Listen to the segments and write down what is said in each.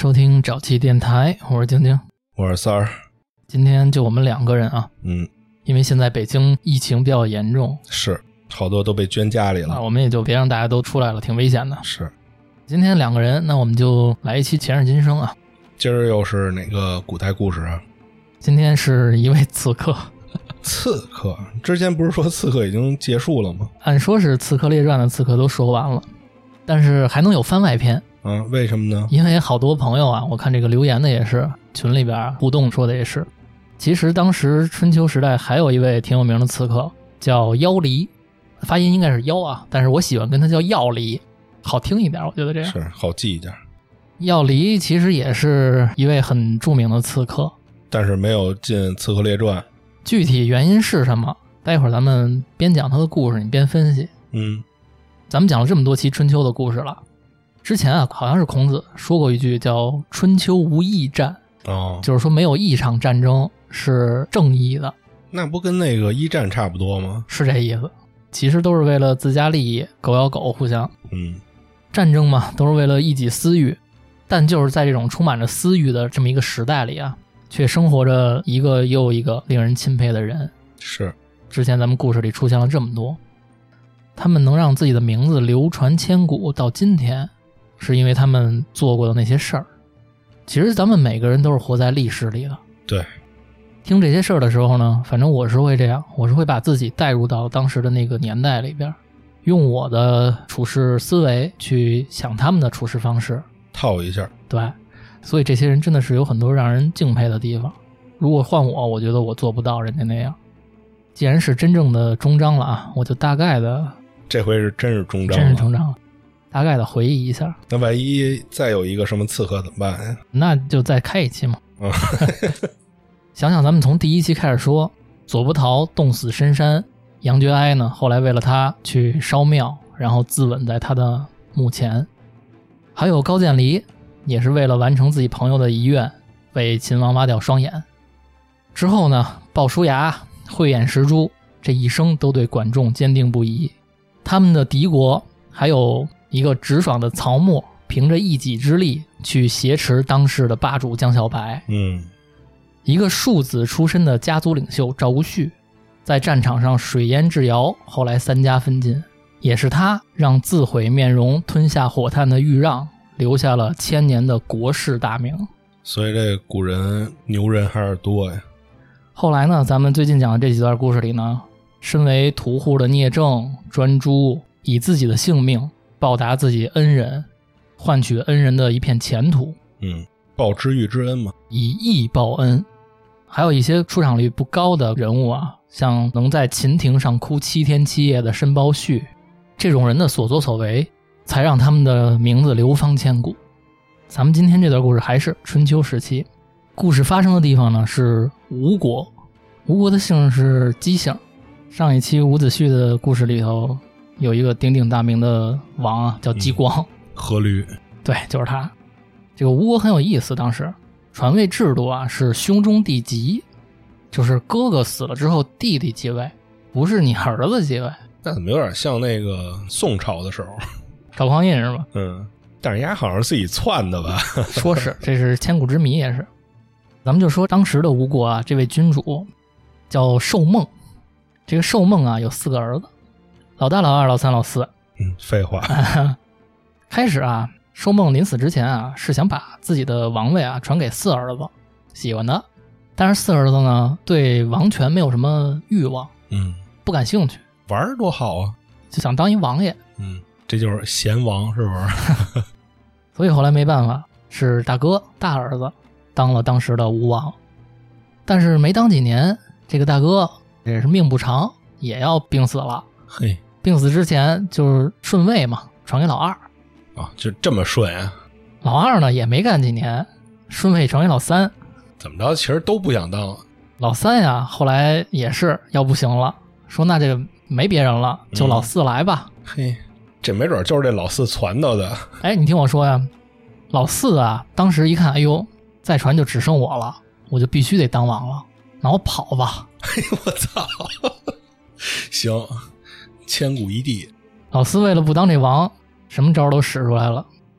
收听沼气电台，我是晶晶， 我是三儿。 今天就我们两个人啊，因为现在北京疫情比较严重， 是好多都被圈家里了， 我们也就别让大家都出来了，挺危险的。 是， 今天两个人，那我们就来一期前世今生啊。 今儿又是哪个古代故事啊？ 今天是一位刺客。 刺客？之前不是说刺客已经结束了吗？ 按说是刺客列传的刺客都说完了，但是还能有番外篇。 为什么呢？ 因为好多朋友啊，我看这个留言的也是，群里边互动说的也是。其实当时春秋时代还有一位挺有名的刺客，叫妖离，发音应该是妖啊，但是我喜欢跟他叫药离，好听一点，我觉得这样是好记一点。 药离其实也是一位很著名的刺客， 但是没有进刺客列传。 具体原因是什么？待会儿咱们边讲他的故事，你边分析。咱们讲了这么多期春秋的故事了，之前啊，好像是孔子说过一句叫春秋无义战，就是说没有一场战争是正义的。 那不跟那个一战差不多吗？ 是这意思，其实都是为了自家利益，狗咬狗互相。战争嘛，都是为了一己私欲，但就是在这种充满着私欲的这么一个时代里啊，却生活着一个又一个令人钦佩的人。 是， 之前咱们故事里出现了这么多，他们能让自己的名字流传千古到今天，是因为他们做过的那些事儿。其实咱们每个人都是活在历史里的。 对， 听这些事儿的时候呢，反正我是会这样，我是会把自己带入到当时的那个年代里边，用我的处事思维去想他们的处事方式， 套一下。 对，所以这些人真的是有很多让人敬佩的地方。如果换我觉得我做不到人家那样。既然是真正的终章了啊，我就大概的， 这回是真是终章了， 真是终章了，大概的回忆一下。 那万一再有一个什么刺客怎么办呀？ 那就再开一期嘛。想想咱们从第一期开始说，左伯桃冻死深山，杨觉哀呢后来为了他去烧庙，然后自刎在他的墓前。还有高渐离也是为了完成自己朋友的遗愿，为秦王挖掉双眼。之后呢，鲍叔牙、慧眼识珠，这一生都对管仲坚定不移。他们的敌国还有一个直爽的曹沫，凭着一己之力去挟持当时的霸主江小白。一个庶子出身的家族领袖赵无恤，在战场上水淹智瑶，后来三家分晋，也是他让自毁面容吞下火炭的豫让留下了千年的国士大名。 所以这古人牛人还是多呀。 后来呢，咱们最近讲的这几段故事里呢，身为屠户的聂政、专诸以自己的性命报答自己恩人，换取恩人的一片前途。 报知遇之恩嘛， 以义报恩。还有一些出场率不高的人物啊，像能在秦庭上哭7天7夜的申包胥，这种人的所作所为才让他们的名字流芳千古。咱们今天这段故事还是春秋时期，故事发生的地方呢是吴国。吴国的姓是姬姓，上一期伍子胥的故事里头有一个鼎鼎大名的王啊，叫姬光。 阖闾。 对，就是他。这个吴国很有意思，当时传位制度啊是兄终弟及，就是哥哥死了之后弟弟继位，不是你儿子继位。 那怎么有点像那个宋朝的时候赵匡胤是吧？ 但是人家好像是自己篡的吧？ 说是，这是千古之谜也是。咱们就说当时的吴国啊，这位君主叫寿梦。这个寿梦啊有4个儿子，老大、老二、老三、老四。 废话。 开始啊，寿梦临死之前啊，是想把自己的王位啊传给4儿子，喜欢的。但是4儿子呢，对王权没有什么欲望，不感兴趣。 玩多好啊， 就想当一王爷。 这就是贤王是不是？ 所以后来没办法，是大哥大儿子当了当时的吴王。但是没当几年，这个大哥也是命不长，也要病死了。 嘿， 病死之前就是顺位嘛，传给老二。 就这么顺啊？ 老二呢也没干几年，顺位传给老三。 怎么着，其实都不想当。 老三呀，后来也是要不行了，说那这个没别人了，就老四来吧。 嘿，这没准就是这老四传到的。 你听我说呀，老四啊，当时一看，哎呦，再传就只剩我了，我就必须得当王了，那我跑吧。 我操！行，千古一帝。 老四为了不当这王，什么招都使出来了。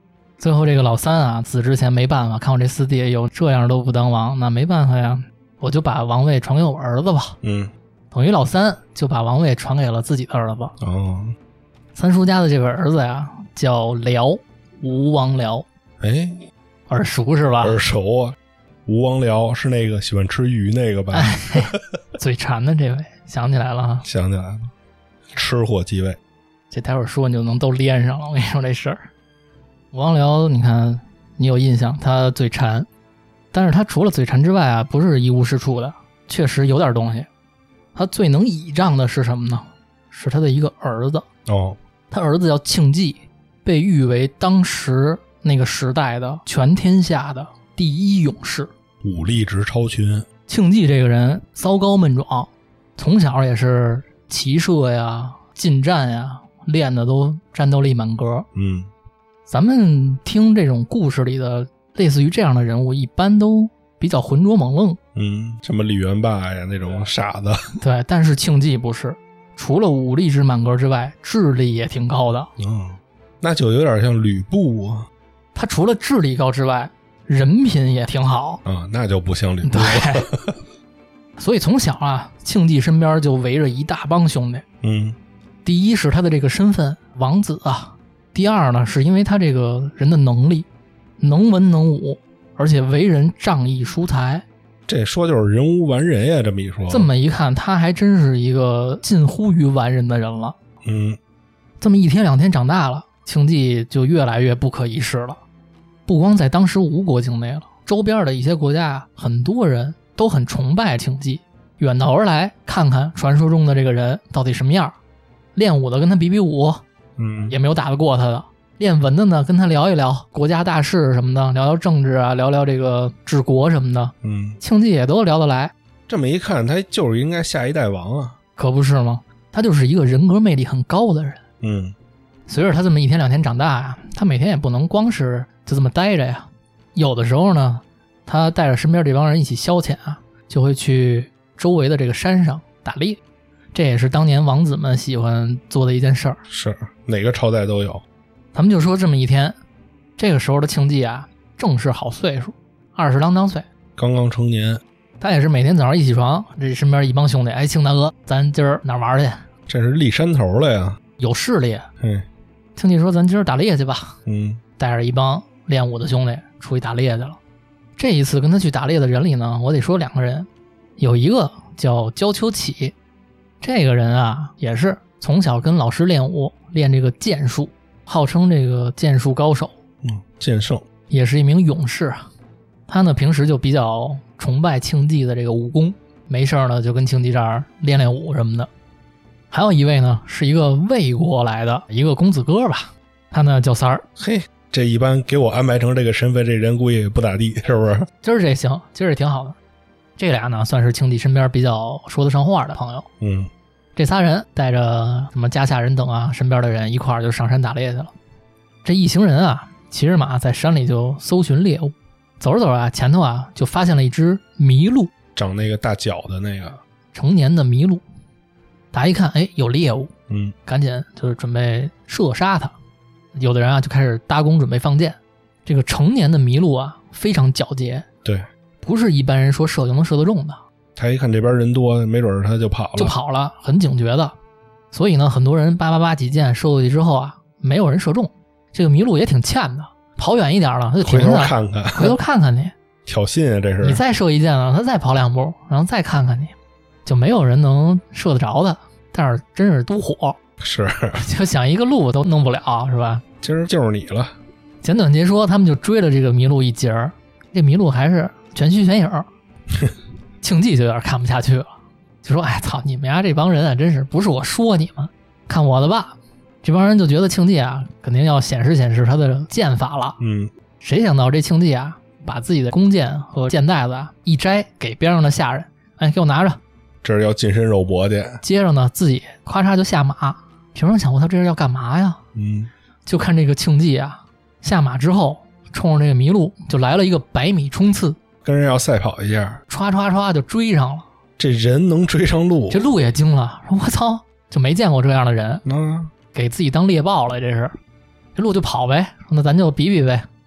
最后这个老三啊，死之前没办法，看我这四弟有这样都不当王，那没办法呀，我就把王位传给我儿子吧。等于老三就把王位传给了自己的儿子。三叔家的这个儿子呀，叫辽，吴王辽。 哎， 耳熟是吧？ 耳熟啊。吴王僚是那个喜欢吃鱼那个吧？ 嘴馋的这位想起来了哈， 想起来了，吃货继位。 这待会儿说你就能都连上了。我跟你说这事儿，吴王僚，你看你有印象，他嘴馋，但是他除了嘴馋之外啊，不是一无是处的，确实有点东西。他最能倚仗的是什么呢？是他的一个儿子。他儿子叫庆忌，被誉为当时那个时代的全天下的第一勇士， 武力值超群。 庆忌这个人骚高闷壮，从小也是骑射呀、近战呀，练的都战斗力满格。咱们听这种故事里的类似于这样的人物，一般都比较浑浊猛愣。 什么李元霸呀那种傻子。 对，但是庆忌不是，除了武力值满格之外，智力也挺高的。 那就有点像吕布啊。 他除了智力高之外，人品也挺好那就不像吕布了。 对，所以从小啊，庆忌身边就围着一大帮兄弟。第一是他的这个身份王子啊，第二呢是因为他这个人的能力，能文能武，而且为人仗义疏财。 这说就是人无完人呀，这么一说。 这么一看，他还真是一个近乎于完人的人了。这么一天两天长大了，庆忌就越来越不可一世了。不光在当时吴国境内了，周边的一些国家很多人都很崇拜庆忌，远道而来看看传说中的这个人到底什么样。练武的跟他比比武，也没有打得过他的。练文的呢，跟他聊一聊国家大事什么的，聊聊政治啊，聊聊这个治国什么的。庆忌也都聊得来。 这么一看，他就是应该下一代王啊， 可不是吗？他就是一个人格魅力很高的人。随着他这么一天两天长大啊，他每天也不能光是就这么待着呀。有的时候呢，他带着身边这帮人一起消遣啊，就会去周围的这个山上打猎。这也是当年王子们喜欢做的一件事儿。 是，哪个朝代都有。 咱们就说这么一天，这个时候的庆忌啊，正是好岁数，20啷当岁， 刚刚成年。 他也是每天早上一起床，这身边一帮兄弟，哎，庆大哥，咱今儿哪儿玩去？ 这是立山头了呀， 有势力。庆忌说：“咱今儿打猎去吧。”带着一帮练武的兄弟出去打猎去了。这一次跟他去打猎的人里呢，我得说2个人，有一个叫焦丘起，这个人啊也是从小跟老师练武，练这个剑术，号称这个剑术高手， 剑圣，也是一名勇士啊。他呢平时就比较崇拜庆忌的这个武功，没事呢就跟庆忌这儿练练武什么的。还有一位呢是一个魏国来的一个公子哥吧，他呢叫三儿。 嘿，这一般给我安排成这个身份，这人估计也不咋地，是不是？ 今儿这行，今儿也挺好的。这俩呢算是庆忌身边比较说得上话的朋友。这仨人带着什么家下人等啊，身边的人一块儿就上山打猎去了。这一行人啊，骑着马在山里就搜寻猎物，走着走着啊，前头啊就发现了一只麋鹿， 长那个大角的那个成年的麋鹿。大家一看，哎，有猎物，赶紧就是准备射杀它。有的人啊就开始搭弓准备放箭。这个成年的麋鹿啊非常矫捷， 对， 不是一般人说射就能射得中的。 他一看这边人多，没准他就跑了， 很警觉的。所以呢，很多人叭几箭射过去之后啊，没有人射中。这个麋鹿也挺欠的，跑远一点了，他就停下来回头看看你， 挑衅啊，这是。 你再射一箭呢，他再跑2步，然后再看看你，就没有人能射得着的。但是真是都火， 是就想一个鹿都弄不了，是吧？ 今儿就是你了。 简短截说，他们就追了这个麋鹿一截儿，这麋鹿还是全虚全影。庆忌就有点看不下去了，就说：“哎操，你们家这帮人啊，真是不是我说你们，看我的吧。”这帮人就觉得庆忌啊，肯定要显示他的剑法了。谁想到这庆忌啊，把自己的弓箭和箭袋子啊一摘，给边上的下人：“哎，给我拿着。” 这是要近身肉搏去。 接着呢，自己咔嚓就下马。平常想过他这是要干嘛呀？就看这个庆忌啊，下马之后，冲着这个麋鹿就来了一个100米冲刺， 跟人要赛跑一下， 唰就追上了。 这人能追上鹿， 这鹿也惊了，说我操，就没见过这样的人，给自己当猎豹了，这是。这鹿就跑呗，那咱就比比呗，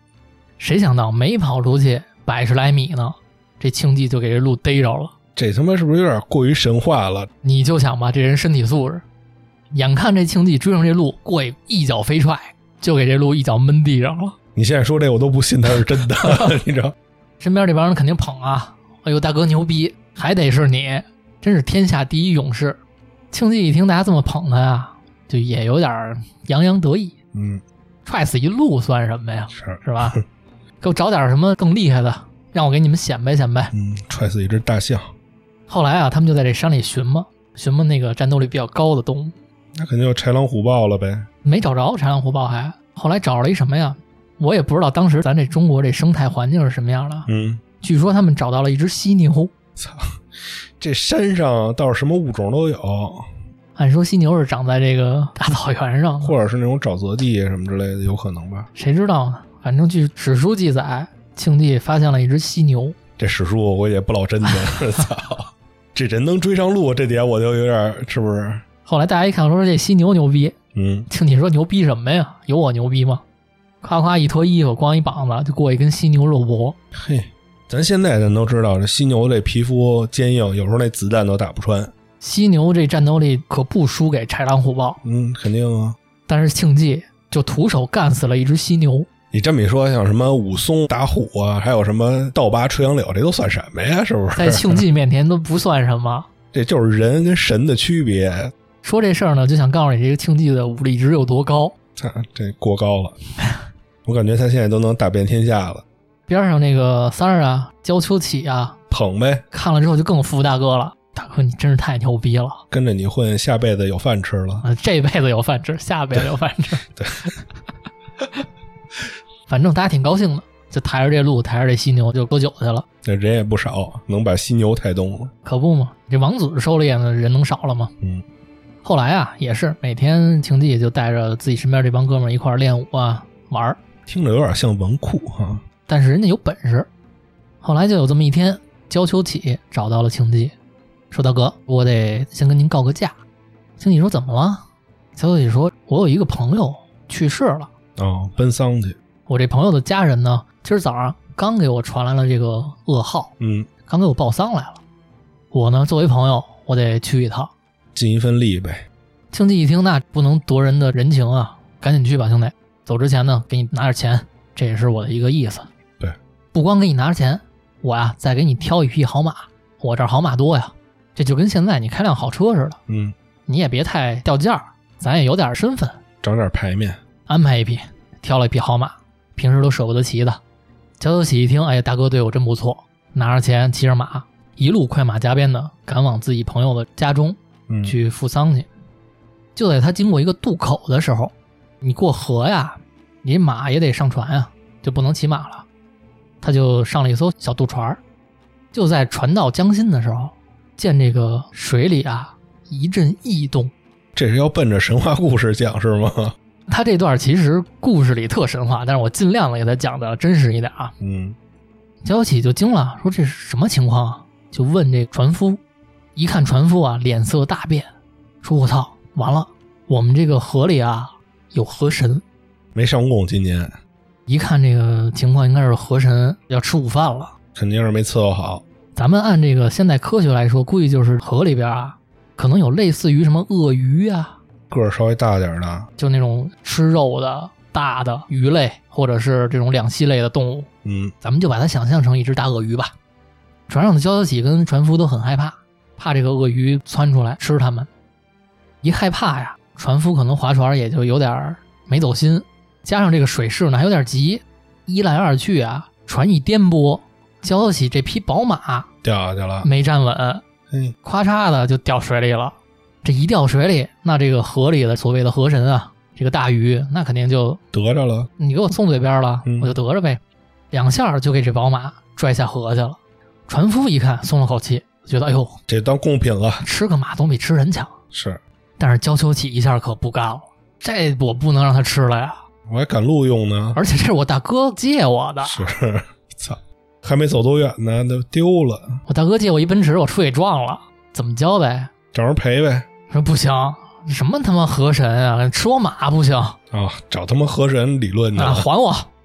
谁想到没跑出去100来米呢，这庆忌就给这鹿逮着了。 这他妈是不是有点过于神话了？ 你就想吧，这人身体素质，眼看这庆忌追上这鹿，过去一脚飞踹，就给这鹿一脚闷地上了。 你现在说这我都不信他是真的你知道， 身边这帮人肯定捧啊，哎呦大哥牛逼，还得是你，真是天下第一勇士。庆忌一听大家这么捧他呀，就也有点洋洋得意。踹死一鹿算什么呀？是吧？给我找点什么更厉害的，让我给你们显摆显摆。 踹死一只大象。 后来啊，他们就在这山里寻摸那个战斗力比较高的动物。 那肯定有豺狼虎豹了呗。 没找着豺狼虎豹，还后来找了一什么呀？我也不知道当时咱这中国这生态环境是什么样的。据说他们找到了一只犀牛。 操，这山上倒是什么物种都有。 按说犀牛是长在这个大草原上， 或者是那种沼泽地什么之类的，有可能吧？ 谁知道呢？反正据史书记载，庆帝发现了一只犀牛。 这史书我也不老真的，操！这人能追上鹿，这点我就有点是不是？ 后来大家一看，说这犀牛牛逼。庆帝说牛逼什么呀？有我牛逼吗？夸夸一脱衣服，光一膀子就过去跟犀牛肉搏。 嘿，咱现在咱都知道，这犀牛这皮肤坚硬，有时候那子弹都打不穿。 犀牛这战斗力可不输给豺狼虎豹。 肯定啊。 但是庆忌就徒手干死了一只犀牛。 你这么一说，像什么武松打虎啊，还有什么倒拔垂杨柳，这都算什么呀？是不是？ 在庆忌面前都不算什么。 这就是人跟神的区别。 说这事儿呢，就想告诉你这个庆忌的武力值有多高。 这过高了。我感觉他现在都能打遍天下了。 边上那个三儿啊，焦丘起啊， 捧呗。看了之后就更服大哥了。大哥，你真是太牛逼了！ 跟着你混，下辈子有饭吃了。 这辈子有饭吃，下辈子有饭吃。 对。 反正大家挺高兴的，就抬着这鹿，抬着这犀牛就喝酒去了。 这人也不少，能把犀牛抬动了。 可不嘛，这王子狩猎呢，人能少了吗？后来啊，也是每天庆帝就带着自己身边这帮哥们一块练武啊玩。 听着有点像文库哈， 但是人家有本事。后来就有这么一天，焦丘起找到了庆帝，说大哥，我得先跟您告个假。庆帝说怎么了？焦丘起说，我有一个朋友去世了。 奔丧去。 我这朋友的家人呢，今儿早上刚给我传来了这个噩耗，刚给我报丧来了。我呢，作为朋友，我得去一趟， 尽一份力呗。 庆帝一听，那不能夺人的人情啊，赶紧去吧，兄弟。走之前呢，给你拿点钱，这也是我的一个意思。 对， 不光给你拿着钱，我呀再给你挑一匹好马，我这儿好马多呀。这就跟现在你开辆好车似的，你也别太掉价，咱也有点身份， 长点牌面。 安排一匹，挑了一匹好马，平时都舍不得骑的。焦丘起一听，哎，大哥对我真不错，拿着钱骑着马，一路快马加鞭的赶往自己朋友的家中去赴丧去。就在他经过一个渡口的时候，你过河呀，你马也得上船呀，就不能骑马了。他就上了一艘小渡船，就在船到江心的时候，见这个水里啊一阵异动。 这是要奔着神话故事讲是吗？ 他这段其实故事里特神话，但是我尽量的给他讲的真实一点啊。焦丘起就惊了，说这是什么情况啊？就问这船夫，一看船夫啊脸色大变，说我操，完了，我们这个河里啊有河神没上供，今年一看这个情况应该是河神要吃午饭了， 肯定是没伺候好。 咱们按这个现代科学来说，估计就是河里边啊可能有类似于什么鳄鱼啊， 个儿稍微大点的， 就那种吃肉的大的鱼类，或者是这种两栖类的动物。咱们就把它想象成一只大鳄鱼吧。船上的焦丘起跟船夫都很害怕，怕这个鳄鱼窜出来吃他们。一害怕呀，船夫可能划船也就有点没走心，加上这个水势呢还有点急，一来二去啊，船一颠簸，焦丘起这匹宝马掉下去了， 没站稳，咔嚓的就掉水里了。这一掉水里，那这个河里的所谓的河神啊，这个大鱼那肯定就得着了， 你给我送嘴边了，我就得着呗。两下就给这宝马拽下河去了。船夫一看松了口气，觉得哎呦， 这当贡品了， 吃个马总比吃人强。 是， 但是焦丘起一下可不干了，这我不能让他吃了呀， 我还赶路用呢， 而且这是我大哥借我的。 是，操，还没走多远呢，都丢了。 我大哥借我一奔驰，我出去撞了，怎么交代？ 找人赔呗。 说不行，什么他妈河神啊，吃我马不行啊，找他妈河神理论呢， 还我。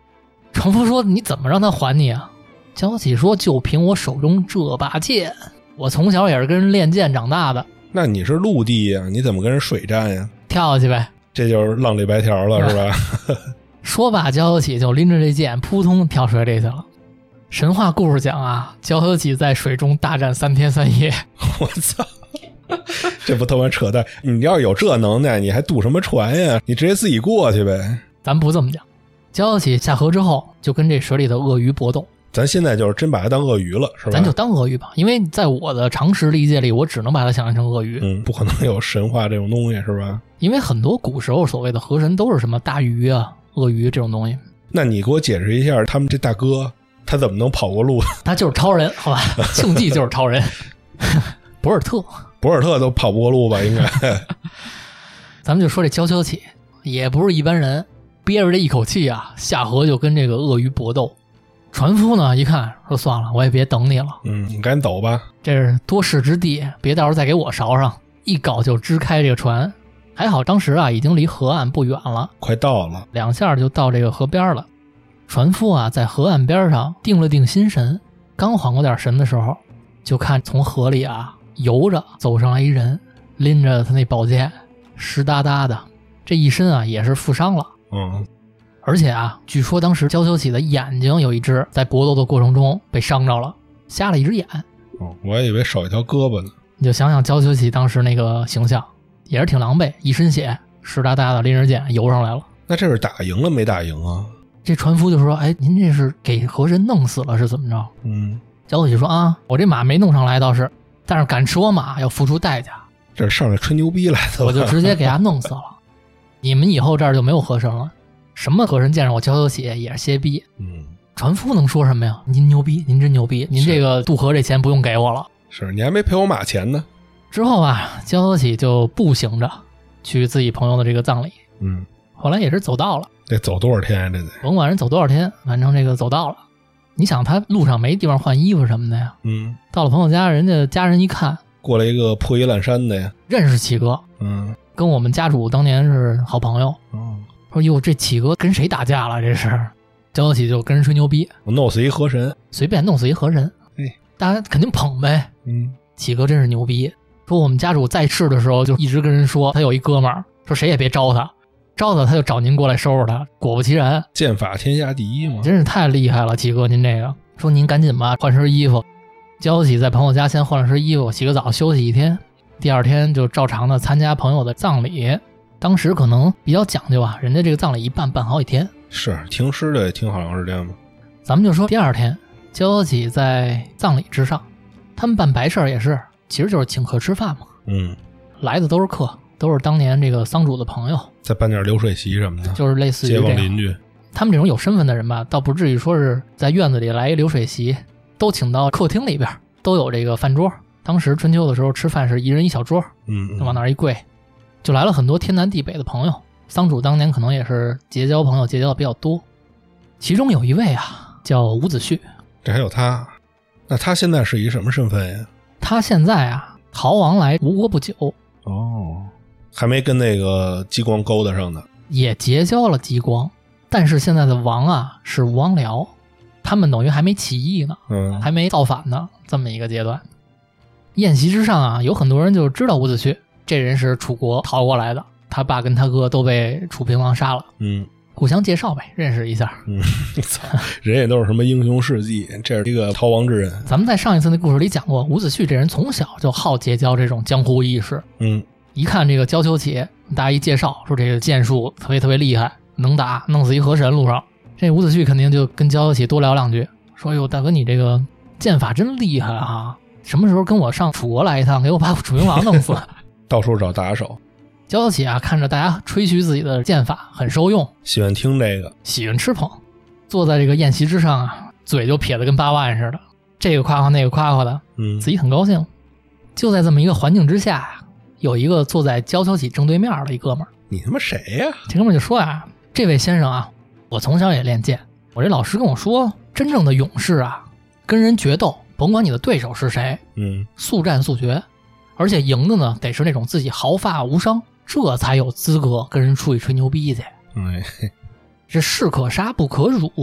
船夫说你怎么让他还你啊？焦启说就凭我手中这把剑，我从小也是跟人练剑长大的。 那你是陆地呀，你怎么跟人水战呀？ 跳下去呗， 这就是浪里白条了，是吧？ 说罢，焦小启就拎着这剑扑通跳水里去了。神话故事讲啊，焦小启在水中大战3天3夜。 我操，这不他妈扯淡！你要有这能耐，你还渡什么船呀？你直接自己过去呗。 咱不这么讲，焦小启下河之后就跟这水里的鳄鱼搏斗。 咱现在就是真把它当鳄鱼了，是吧？ 咱就当鳄鱼吧，因为在我的常识理解里，我只能把它想象成鳄鱼。 不可能有神话这种东西，是吧？ 因为很多古时候所谓的河神都是什么大鱼啊、鳄鱼这种东西。 那你给我解释一下，他们这大哥他怎么能跑过路？ 他就是超人，好吧？庆忌就是超人，博尔特都跑不过路吧？应该。 咱们就说这焦小启也不是一般人，憋着这一口气啊，下河就跟这个鳄鱼搏斗。船夫呢一看说算了，我也别等你了， 你赶紧走吧， 这是多事之地，别到时候再给我捎上。一搞就支开这个船，还好当时啊已经离河岸不远了， 快到了 ，2下就到这个河边了。船夫啊在河岸边上定了定心神，刚缓过点神的时候，就看从河里啊游着走上来一人，拎着他那宝剑，湿哒哒的，这一身啊也是负伤了。而且啊，据说当时焦小启的眼睛有一只在搏斗的过程中被伤着了，瞎了一只眼。 我还以为少一条胳膊呢。 你就想想焦小启当时那个形象，也是挺狼狈，一身血，湿哒哒的拎着剑游上来了。 那这是打赢了没打赢啊？ 这船夫就说：“哎，您这是给河神弄死了是怎么着？”焦小启说：“啊，我这马没弄上来倒是，但是敢吃我马要付出代价。 这是上来吹牛逼来的， 我就直接给他弄死了。你们以后这儿就没有河神了。什么河神见着我焦小启也是歇逼。船夫能说什么呀？您牛逼，您真牛逼，您这个渡河这钱不用给我了。 是你还没赔我马钱呢。 之后啊，焦小启就步行着去自己朋友的这个葬礼。后来也是走到了。 得走多少天啊？这得甭管人走多少天，反正这个走到了。你想他路上没地方换衣服什么的呀。到了朋友家，人家家人一看， 过来一个破衣烂衫的呀， 认识启哥。跟我们家主当年是好朋友。说哟，这启哥跟谁打架了？这是焦小启就跟人吹牛逼， 我弄死一河神， 随便弄死一河神，大家肯定捧呗。启哥真是牛逼。说我们家主在世的时候就一直跟人说，他有一哥们儿，说谁也别招他，他就找您过来收拾他。果不其然， 剑法天下第一嘛， 真是太厉害了，启哥您这个。说您赶紧吧，换身衣服。焦小启在朋友家先换了身衣服，洗个澡休息一天，第二天就照常的参加朋友的葬礼。当时可能比较讲究啊，人家这个葬礼一办好几天， 是停尸的也挺好长时间嘛。 咱们就说第二天，焦小启在葬礼之上，他们办白事也是，其实就是请客吃饭嘛。来的都是客，都是当年这个丧主的朋友， 再办点流水席什么的， 就是类似于街坊邻居。 他们这种有身份的人吧，倒不至于说是在院子里来一流水席，都请到客厅里边，都有这个饭桌。当时春秋的时候吃饭是一人一小桌，就往那儿一跪。就来了很多天南地北的朋友，丧主当年可能也是结交朋友结交的比较多，其中有一位啊叫伍子胥。 这还有他，那他现在是一什么身份呀？ 他现在啊逃亡来吴国不久， 还没跟那个激光勾搭上呢，也结交了激光，但是现在的王啊是吴王僚，他们等于还没起义呢，还没造反呢，这么一个阶段。宴席之上啊，有很多人就知道伍子胥这人是楚国逃过来的，他爸跟他哥都被楚平王杀了，互相介绍呗，认识一下。 人也都是什么英雄事迹，这是一个逃亡之人。 咱们在上一次那故事里讲过，伍子胥这人从小就好结交这种江湖义士。一看这个焦小启，大家一介绍说这个剑术特别厉害，能打，弄死一河神。路上这伍子胥肯定就跟焦小启多聊两句，说哟大哥你这个剑法真厉害啊，什么时候跟我上楚国来一趟，给我把楚平王弄死。 到处找打手。 焦小启啊看着大家吹嘘自己的剑法很受用， 喜欢听这个， 喜欢吃捧，坐在这个宴席之上啊，嘴就撇得跟8万似的，这个夸夸那个夸夸的，自己很高兴。就在这么一个环境之下呀，有一个坐在焦小启正对面的一哥们儿。 你他妈谁呀？ 这哥们儿就说啊，这位先生啊，我从小也练剑，我这老师跟我说，真正的勇士啊，跟人决斗，甭管你的对手是谁，速战速决，而且赢的呢得是那种自己毫发无伤，这才有资格跟人出去吹牛逼去。这士可杀不可辱，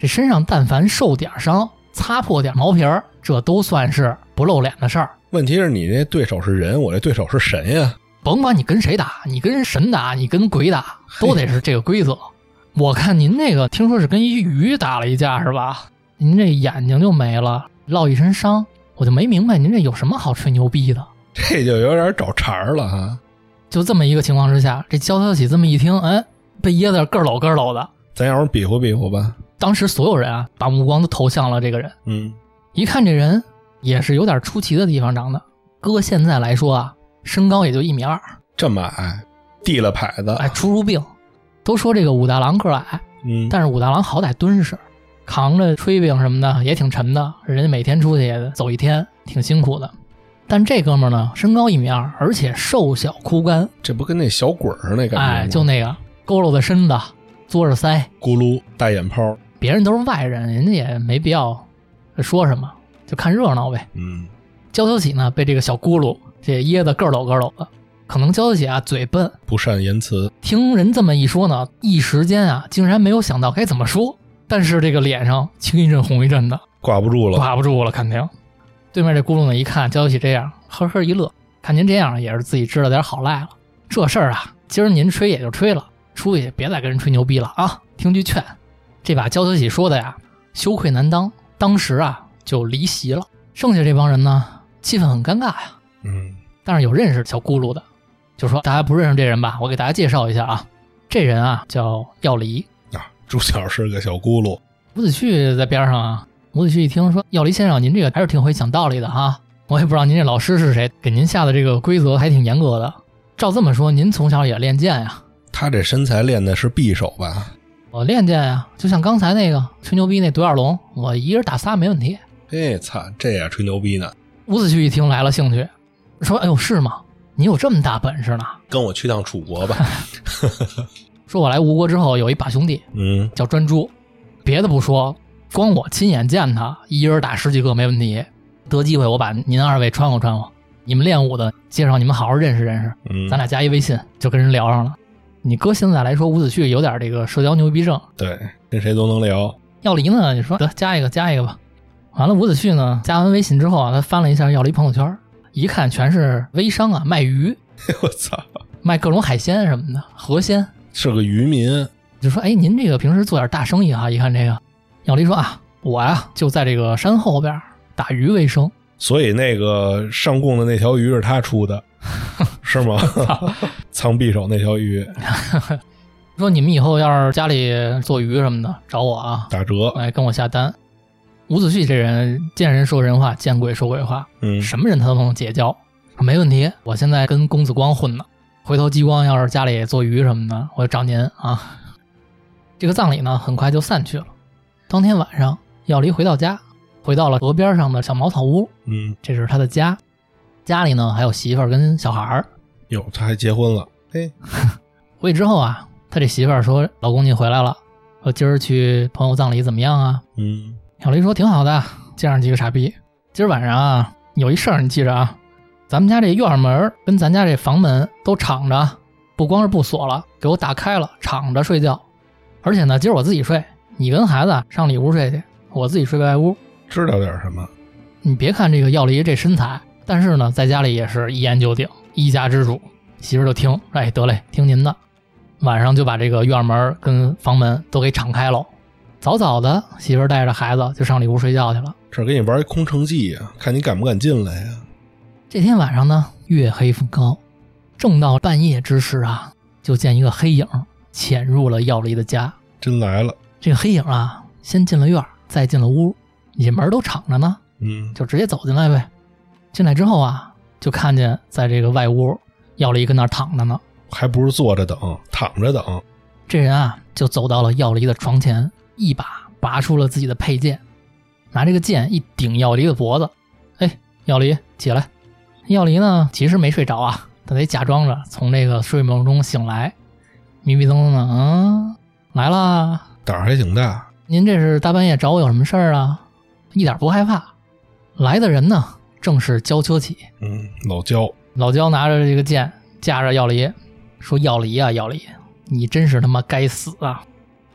这身上但凡受点伤，擦破点毛皮儿，这都算是不露脸的事儿。 问题是你这对手是人，我这对手是神呀。 甭管你跟谁打，你跟神打，你跟鬼打，都得是这个规则。我看您这个听说是跟一鱼打了一架是吧？您这眼睛就没了，落一身伤，我就没明白您这有什么好吹牛逼的。 这就有点找茬了哈。 就这么一个情况之下，这焦小喜这么一听，哎，被噎得咯喽咯喽的。 咱要是比划比划吧。 当时所有人啊，把目光都投向了这个人。一看这人也是有点出奇的地方长的，搁现在来说啊，身高也就1.2米， 这么矮，递了牌子， 哎，出入病。都说这个武大郎个矮，但是武大郎好歹敦实，扛着炊饼什么的也挺沉的，人家每天出去也走一天，挺辛苦的。但这哥们儿呢，身高1.2米，而且瘦小枯干， 这不跟那小鬼儿那感觉吗？ 哎，就那个佝偻的身子，嘬着腮， 咕噜大眼泡。 别人都是外人，人家也没必要说什么，就看热闹呗。焦小喜呢，被这个小咕噜这噎得咯喽咯喽的。可能焦小喜啊嘴笨， 不善言辞， 听人这么一说呢，一时间啊竟然没有想到该怎么说，但是这个脸上青一阵红一阵的， 挂不住了， 肯定。对面这咕噜呢一看焦小喜这样，呵呵一乐，看您这样也是自己知道点好赖了。这事儿啊，今儿您吹也就吹了，出去别再跟人吹牛逼了啊，听句劝。这把焦小喜说的呀，羞愧难当，当时啊就离席了。剩下这帮人呢，气氛很尴尬呀。但是有认识小咕噜的，就说大家不认识这人吧，我给大家介绍一下啊，这人啊叫药离啊，主角是个小咕噜。 伍子胥在边上啊，伍子胥一听说药离先生您这个还是挺会讲道理的哈，我也不知道您这老师是谁，给您下的这个规则还挺严格的。照这么说，您从小也练剑呀？ 他这身材练的是匕首吧？ 我练剑呀，就像刚才那个吹牛逼那独眼龙，我一人打仨没问题。 哎，操，这也吹牛逼呢。 伍子胥一听来了兴趣，说：“哎呦，是吗？你有这么大本事呢？ 跟我去趟楚国吧。” 说我来吴国之后有一把兄弟，叫专诸，别的不说，光我亲眼见他，一人打10几个没问题。得机会我把您二位穿和穿和，你们练武的介绍你们好好认识认识，咱俩加一微信就跟人聊上了。你搁现在来说，伍子胥有点这个社交牛逼症， 对，跟谁都能聊。 药离呢，你说得加一个吧。完了，伍子胥呢加完微信之后啊，他翻了一下药离朋友圈，一看全是微商啊，卖鱼， 我操， 卖各种海鲜什么的，河鲜， 是个渔民。 就说哎，您这个平时做点大生意哈，一看这个，药离说啊，我呀就在这个山后边打鱼为生。 所以那个上供的那条鱼是他出的，是吗？藏匕首那条鱼。 说你们以后要是家里做鱼什么的，找我啊， 打折， 哎，跟我下单。伍子胥这人见人说人话，见鬼说鬼话，什么人他都能结交。说没问题，我现在跟公子光混呢，回头激光要是家里做鱼什么的，我就找您啊。这个葬礼呢，很快就散去了。当天晚上，药离回到家，回到了河边上的小茅草屋，这是他的家。家里呢还有媳妇儿跟小孩儿。 哟，他还结婚了。嘿， 回去之后啊，他这媳妇儿说：“老公你回来了，我今儿去朋友葬礼怎么样啊？”小黎说：“挺好的，见上几个傻逼。今儿晚上啊，有一事儿你记着啊，咱们家这院门跟咱家这房门都敞着，不光是不锁了，给我打开了，敞着睡觉。而且呢，今儿我自己睡，你跟孩子上里屋睡去，我自己睡外屋。 知道点什么？ 你别看这个药离这身材，但是呢，在家里也是一言九鼎，一家之主。媳妇儿就听，哎，得嘞，听您的。晚上就把这个院门跟房门都给敞开喽。早早的，媳妇儿带着孩子就上里屋睡觉去了。 这给你玩一空城计啊，看你敢不敢进来呀。 这天晚上呢，月黑风高，正到半夜之时啊，就见一个黑影潜入了药离的家。 真来了。 这个黑影啊，先进了院，再进了屋，你门都敞着呢，就直接走进来呗。进来之后啊，就看见在这个外屋，药离跟那儿躺着呢， 还不是坐着等，躺着等。 这人啊，就走到了药离的床前，一把拔出了自己的佩剑，拿这个剑一顶药离的脖子。哎，药离起来。药离呢，其实没睡着啊，他得假装着从这个睡梦中醒来，迷迷瞪瞪的，来啦， 胆儿还挺大。 您这是大半夜找我有什么事儿啊？一点不害怕。来的人呢，正是焦秋起。 老焦。 老焦拿着这个剑架着药离，说：“药离啊，药离，你真是他妈该死啊！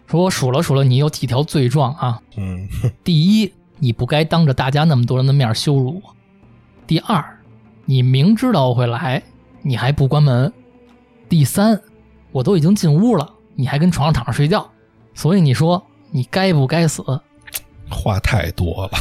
说我数了数了，你有几条罪状啊？第一，你不该当着大家那么多人的面羞辱我；第二，你明知道我会来，你还不关门；第三，我都已经进屋了，你还跟床上躺着睡觉，所以你说你该不该死？ 话太多了，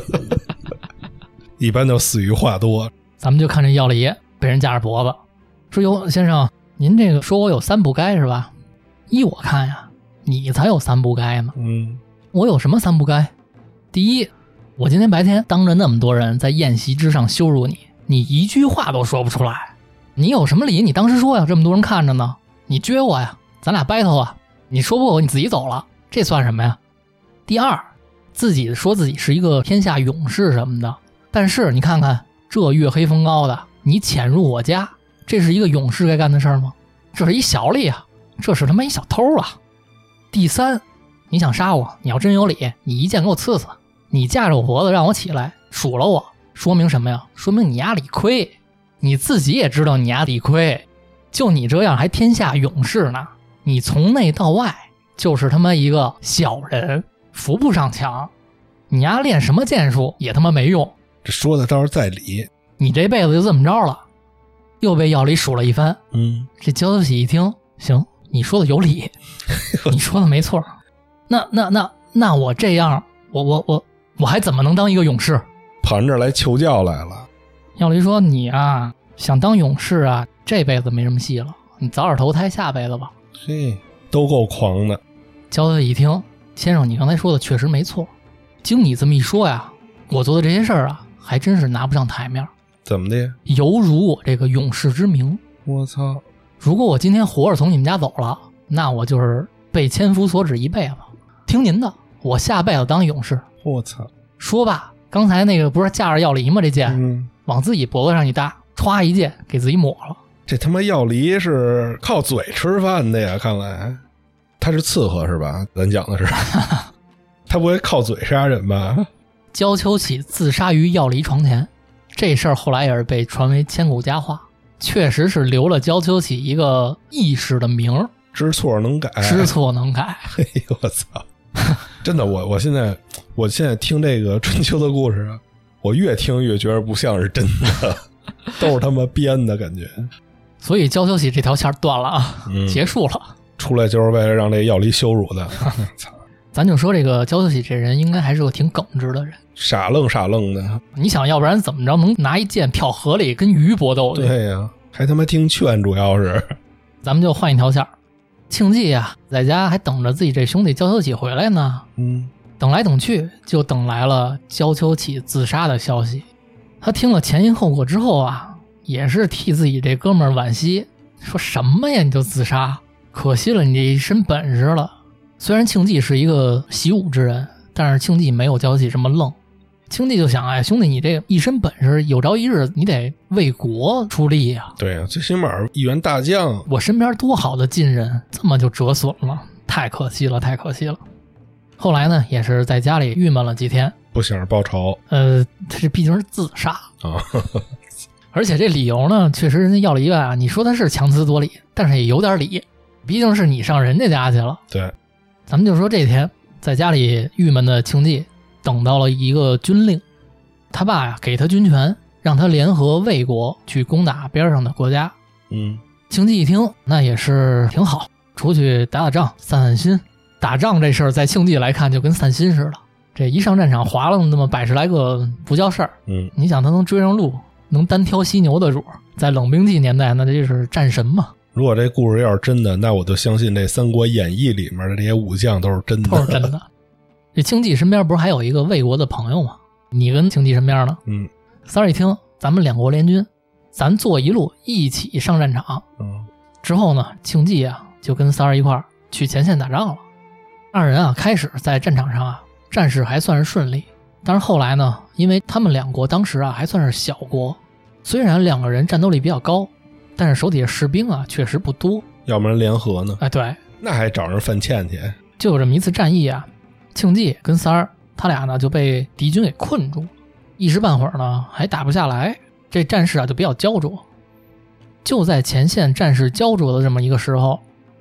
一般都死于话多。 咱们就看这药力爷被人夹着脖子，说哟，先生，您这个说我有三不该是吧？依我看呀，你才有三不该呢。我有什么三不该？第一，我今天白天当着那么多人在宴席之上羞辱你，你一句话都说不出来，你有什么理？你当时说呀，这么多人看着呢，你撅我呀，咱俩battle啊，你说不过我你自己走了，这算什么呀？第二，自己说自己是一个天下勇士什么的，但是你看看这月黑风高的，你潜入我家，这是一个勇士该干的事儿吗？这是一小吏啊，这是他妈一小偷啊！第三，你想杀我，你要真有理，你一剑给我刺死，你架着我脖子让我起来，数了我，说明什么呀？说明你丫理亏，你自己也知道你丫理亏，就你这样还天下勇士呢，你从内到外就是他妈一个小人，扶不上墙，你丫练什么剑术也他妈没用。 这说的倒是在理， 你这辈子就这么着了。又被药理数了一番，这焦秀喜一听，行，你说的有理，你说的没错，那我这样，我还怎么能当一个勇士？ 盘着来求教来了。 药理说，你啊，想当勇士啊，这辈子没什么戏了，你早点投胎下辈子吧。 嘿，都够狂的。 焦秀喜一听，先生，你刚才说的确实没错，经你这么一说呀，我做的这些事儿啊，还真是拿不上台面。 怎么的？ 犹如我这个勇士之名。 我操！ 如果我今天活着从你们家走了，那我就是被千夫所指一辈子。听您的，我下辈子当勇士。 我操！ 说吧，刚才那个不是架着药梨吗？这剑，往自己脖子上一搭，歘一剑给自己抹了。 这他妈药梨是靠嘴吃饭的呀！看来他是刺客是吧？咱讲的是，他不会靠嘴杀人吧？ 焦秋起自杀于药梨床前。这事儿后来也是被传为千古佳话，确实是留了焦秋起一个义士的名儿。 知错能改， 知错能改。 嘿，我操！真的，我现在听这个春秋的故事，我越听越觉得不像是真的，都是他妈编的感觉。 所以焦秋起这条线断了啊，结束了。 出来就是为了让这药梨羞辱的。操！ 咱就说这个焦秋起这人应该还是个挺耿直的人， 傻愣傻愣的。 你想要不然怎么着能拿一剑跳河里跟鱼搏斗？ 对呀，还他妈听劝，主要是。 咱们就换一条线，庆忌呀在家还等着自己这兄弟焦秋起回来呢。等来等去就等来了焦秋起自杀的消息。他听了前因后果之后啊，也是替自己这哥们儿惋惜，说什么呀你就自杀，可惜了你这一身本事了。虽然庆忌是一个习武之人，但是庆忌没有焦秋起这么愣。庆忌就想，哎，兄弟，你这一身本事，有朝一日你得为国出力啊。 对啊，最起码一员大将， 我身边多好的近人，这么就折损了，太可惜了，太可惜了。后来呢，也是在家里郁闷了几天， 不想着报仇。 这毕竟是自杀啊， 而且这理由呢，确实人家要了一个啊，你说他是强词夺理，但是也有点理，毕竟是你上人家家去了。 对。 咱们就说这天在家里郁闷的庆忌等到了一个军令，他爸呀给他军权，让他联合魏国去攻打边上的国家。庆忌一听那也是挺好，出去打打仗散散心。打仗这事儿在庆忌来看就跟散心似的，这一上战场划了那么100来个不叫事儿。你想他能追上路，能单挑犀牛的主，在冷兵器年代那这是战神嘛。 如果这故事要是真的，那我就相信这《三国演义》里面的这些武将都是真的。 都是真的。这庆忌身边不是还有一个魏国的朋友吗？你跟庆忌身边呢？三儿一听，咱们2国联军，咱坐一路一起上战场。之后呢，庆忌啊就跟三儿一块儿去前线打仗了。二人啊开始在战场上啊战事还算是顺利，但是后来呢，因为他们2国当时啊还算是小国，虽然2个人战斗力比较高，但是手底下士兵啊确实不多， 要不然联合呢？ 哎，对， 那还找人犯欠去。 就有这么一次战役啊，庆忌跟三儿他俩呢就被敌军给困住，一时半会儿呢还打不下来，这战事啊就比较焦灼。就在前线战事焦灼的这么一个时候，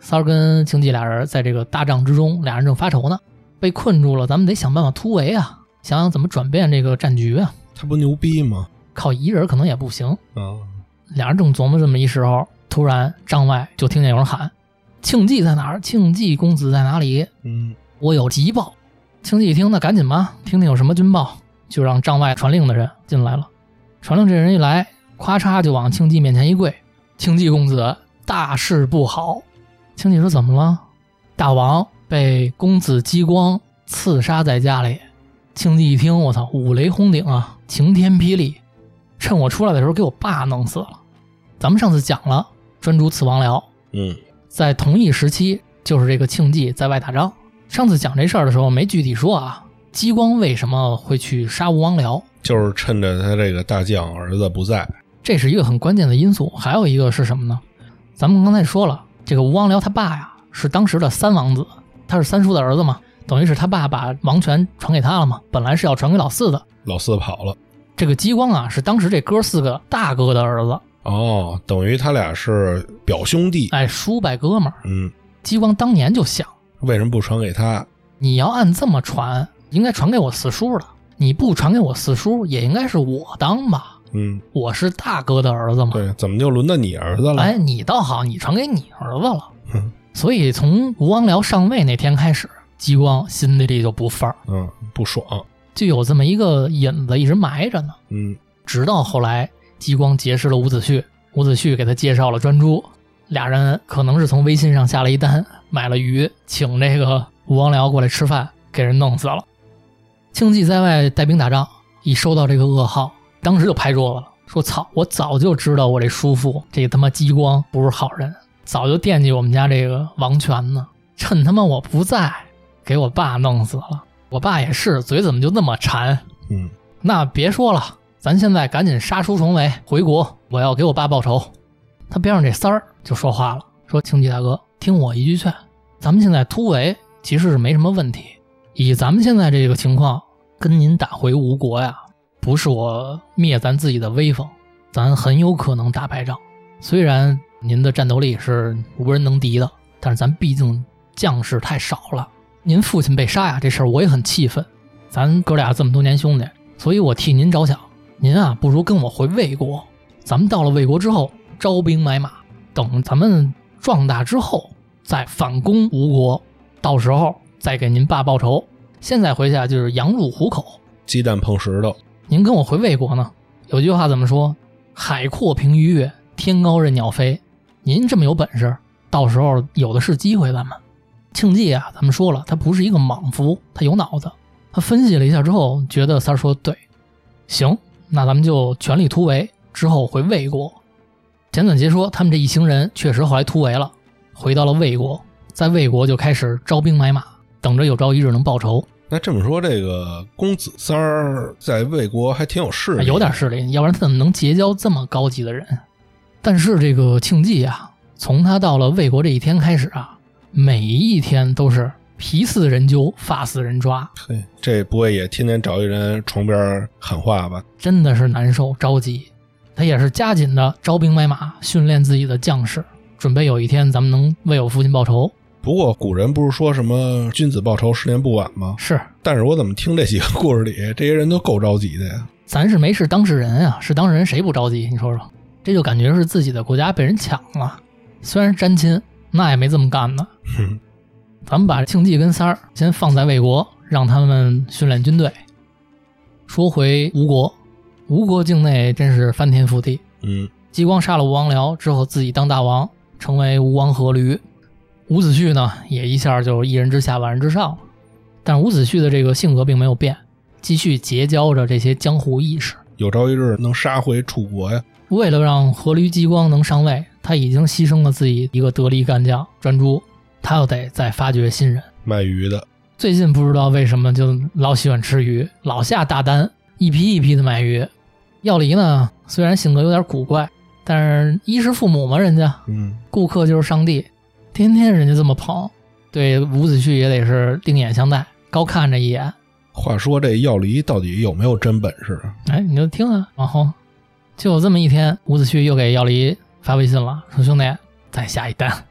三儿跟庆忌俩人在这个大帐之中，俩人正发愁呢，被困住了，咱们得想办法突围啊，想想怎么转变这个战局啊。 他不牛逼吗？ 靠一人可能也不行啊。 俩人正琢磨这么一时候，突然帐外就听见有人喊：“庆忌在哪儿？庆忌公子在哪里？”我有急报。庆忌一听，那赶紧吧，听听有什么军报，就让帐外传令的人进来了。传令这人一来，咵嚓就往庆忌面前一跪：“庆忌公子，大事不好！”庆忌说：“怎么了？”大王被公子姬光刺杀在家里。庆忌一听，我操，五雷轰顶啊，晴天霹雳！趁我出来的时候给我爸弄死了。咱们上次讲了专诸刺王僚，在同一时期就是这个庆忌在外打仗。上次讲这事儿的时候没具体说啊，姬光为什么会去杀吴王僚， 就是趁着他这个大将儿子不在， 这是一个很关键的因素。还有一个是什么呢？咱们刚才说了，这个吴王僚他爸呀是当时的三王子，他是三叔的儿子嘛，等于是他爸把王权传给他了嘛，本来是要传给老四的， 老四跑了。 这个姬光啊是当时这哥四个大哥的儿子， 等于他俩是表兄弟， 叔伯哥们儿。姬光当年就想， 为什么不传给他？ 你要按这么传，应该传给我四叔的，你不传给我四叔，也应该是我当吧。我是大哥的儿子嘛。 对，怎么就轮到你儿子了？ 你倒好，你传给你儿子了。所以从吴王僚上位那天开始，姬光心里就不忿儿， 不爽， 就有这么一个引子一直埋着呢。直到后来姬光结识了伍子胥，伍子胥给他介绍了专诸，俩人可能是从微信上下了一单，买了鱼，请这个吴王僚过来吃饭，给人弄死了。庆忌在外带兵打仗，一收到这个噩耗，当时就拍桌子了，说操，我早就知道我这叔父这他妈姬光不是好人，早就惦记我们家这个王权呢，趁他妈我不在给我爸弄死了。我爸也是嘴怎么就那么馋。那别说了，咱现在赶紧杀出重围回国，我要给我爸报仇。他边上这三儿就说话了，说庆忌大哥，听我一句劝，咱们现在突围其实是没什么问题，以咱们现在这个情况跟您打回吴国呀，不是我灭咱自己的威风，咱很有可能打败仗。虽然您的战斗力是无人能敌的，但是咱毕竟将士太少了。您父亲被杀呀，这事儿我也很气愤，咱哥俩这么多年兄弟，所以我替您着想，您啊不如跟我回魏国，咱们到了魏国之后招兵买马，等咱们壮大之后再反攻吴国，到时候再给您爸报仇。现在回去就是羊入虎口， 鸡蛋碰石头。 您跟我回魏国呢，有句话怎么说？海阔凭鱼跃，天高任鸟飞。您这么有本事，到时候有的是机会咱们。庆忌啊，咱们说了，他不是一个莽夫，他有脑子。他分析了一下之后，觉得三儿说对，行，那咱们就全力突围，之后回魏国。简短截说，他们这一行人确实后来突围了，回到了魏国，在魏国就开始招兵买马，等着有朝一日能报仇。 那这么说，这个公子三儿在魏国还挺有势力， 有点势力，要不然他怎么能结交这么高级的人？但是这个庆忌啊，从他到了魏国这一天开始啊，每一天都是皮似人揪，发似人抓。 嘿，这不会也天天找一人床边喊话吧？ 真的是难受着急。他也是加紧的招兵买马，训练自己的将士，准备有一天咱们能为我父亲报仇。 不过古人不是说什么君子报仇10年不晚吗？ 是， 但是我怎么听这几个故事里，这些人都够着急的呀？ 咱是没是当事人啊，是当事人谁不着急？你说说，这就感觉是自己的国家被人抢了，虽然沾亲，那也没这么干呢。咱们把庆忌跟三儿先放在魏国，让他们训练军队。说回吴国，吴国境内真是翻天覆地。姬光杀了吴王僚之后，自己当大王，成为吴王阖闾。伍子胥呢，也一下就一人之下万人之上了。但伍子胥的这个性格并没有变，继续结交着这些江湖义士， 有朝一日能杀回楚国呀。 为了让阖闾姬光能上位，他已经牺牲了自己一个得力干将专诸，他又得再发掘新人。 卖鱼的最近不知道为什么就老喜欢吃鱼，老下大单，一批一批的买鱼。药离呢，虽然性格有点古怪，但是衣食父母嘛，人家顾客就是上帝，天天人家这么捧，对伍子胥也得是另眼相待，高看着一眼。 话说这药离到底有没有真本事啊？ 你就听啊。然后就有这么一天，伍子胥又给药离发微信了，说兄弟再下一单。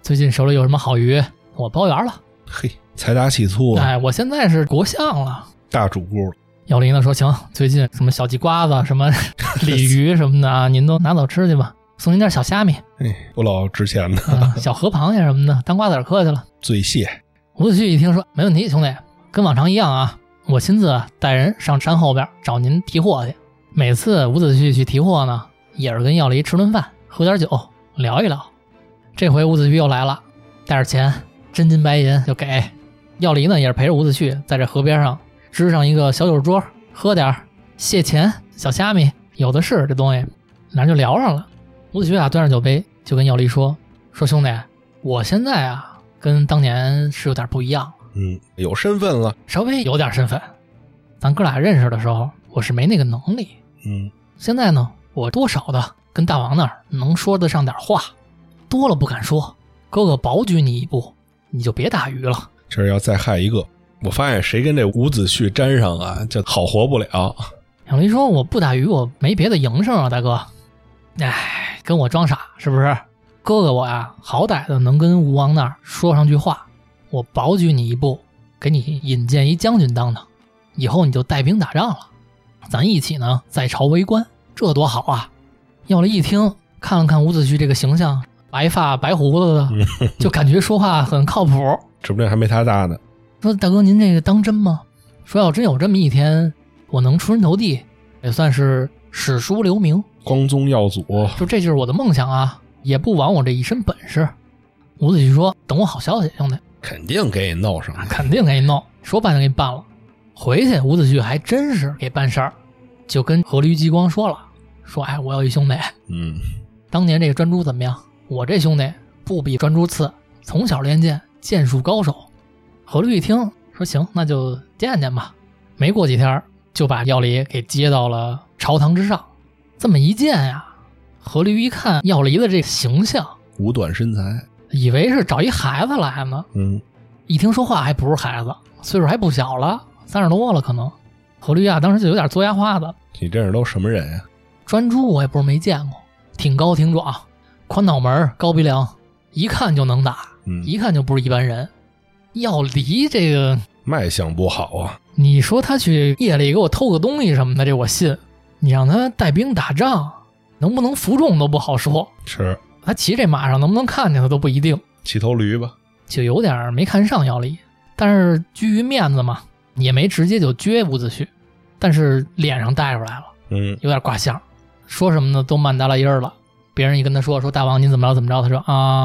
最近手里有什么好鱼，我包圆了。 嘿，财大气粗啊！ 哎，我现在是国相了， 大主顾。 药离呢说行，最近什么小鸡瓜子、什么鲤鱼什么的啊，您都拿走吃去吧。送您点小虾米， 不老值钱的、 小河螃蟹什么的，当瓜子嗑去了。 醉蟹。 伍子胥一听说没问题，兄弟，跟往常一样啊，我亲自带人上山后边找您提货去。每次伍子胥去提货呢，也是跟药离吃顿饭，喝点酒，聊一聊。这回伍子胥又来了，带着钱，真金白银就给。药离呢也是陪着伍子胥在这河边上支上一个小酒桌，喝点蟹钳、小虾米，有的是这东西，俩人就聊上了。伍子胥啊端着酒杯就跟药离说兄弟，我现在啊跟当年是有点不一样了， 有身份了， 稍微有点身份。咱哥俩认识的时候，我是没那个能力，现在呢，我多少的跟大王那儿能说得上点话，多了不敢说。哥哥保举你一步，你就别打鱼了。 这要再害一个，我发现谁跟这伍子胥沾上啊，就好活不了。 小离说：“我不打鱼，我没别的营生啊，大哥。哎，跟我装傻是不是？哥哥我呀，好歹的能跟吴王那儿说上句话，我保举你一步，给你引荐一将军当当，以后你就带兵打仗了，咱一起呢在朝为官，这多好啊！”药离一听，看了看伍子胥这个形象，白发白胡子的，就感觉说话很靠谱。 指不定还没他大呢。 说大哥，您这个当真吗？说要真有这么一天，我能出人头地，也算是史书留名， 光宗耀祖。 说这就是我的梦想啊，也不枉我这一身本事。伍子胥说：“等我好消息，兄弟， 肯定给你弄上， 肯定给你弄，说办就给你办了。”回去，伍子胥还真是给办事儿，就跟阖闾吉光说了，说：“哎，我有一兄弟，当年这个专诸怎么样？我这兄弟不比专诸次，从小练剑，剑术高手。”阖闾一听说行，那就见见吧。没过几天，就把药离给接到了朝堂之上。这么一见呀，阖闾一看药离的这个形象， 五短身材， 以为是找一孩子来呢。一听说话还不是孩子，岁数还不小了，30多了可能。阖闾啊，当时就有点嘬牙花子。 你这是都什么人呀？ 专诸我也不是没见过，挺高挺壮，宽脑门，高鼻梁，一看就能打，一看就不是一般人。药离这个卖相不好啊， 你说他去夜里给我偷个东西什么的，这我信。你让他带兵打仗，能不能服众都不好说。 是他骑这马上能不能看见他都不一定。 骑头驴吧， 就有点没看上药离，但是居于面子嘛，也没直接就撅伍子胥，但是脸上带出来了，有点挂相，说什么呢都慢达拉音儿了。别人一跟他说大王您怎么着怎么着，他说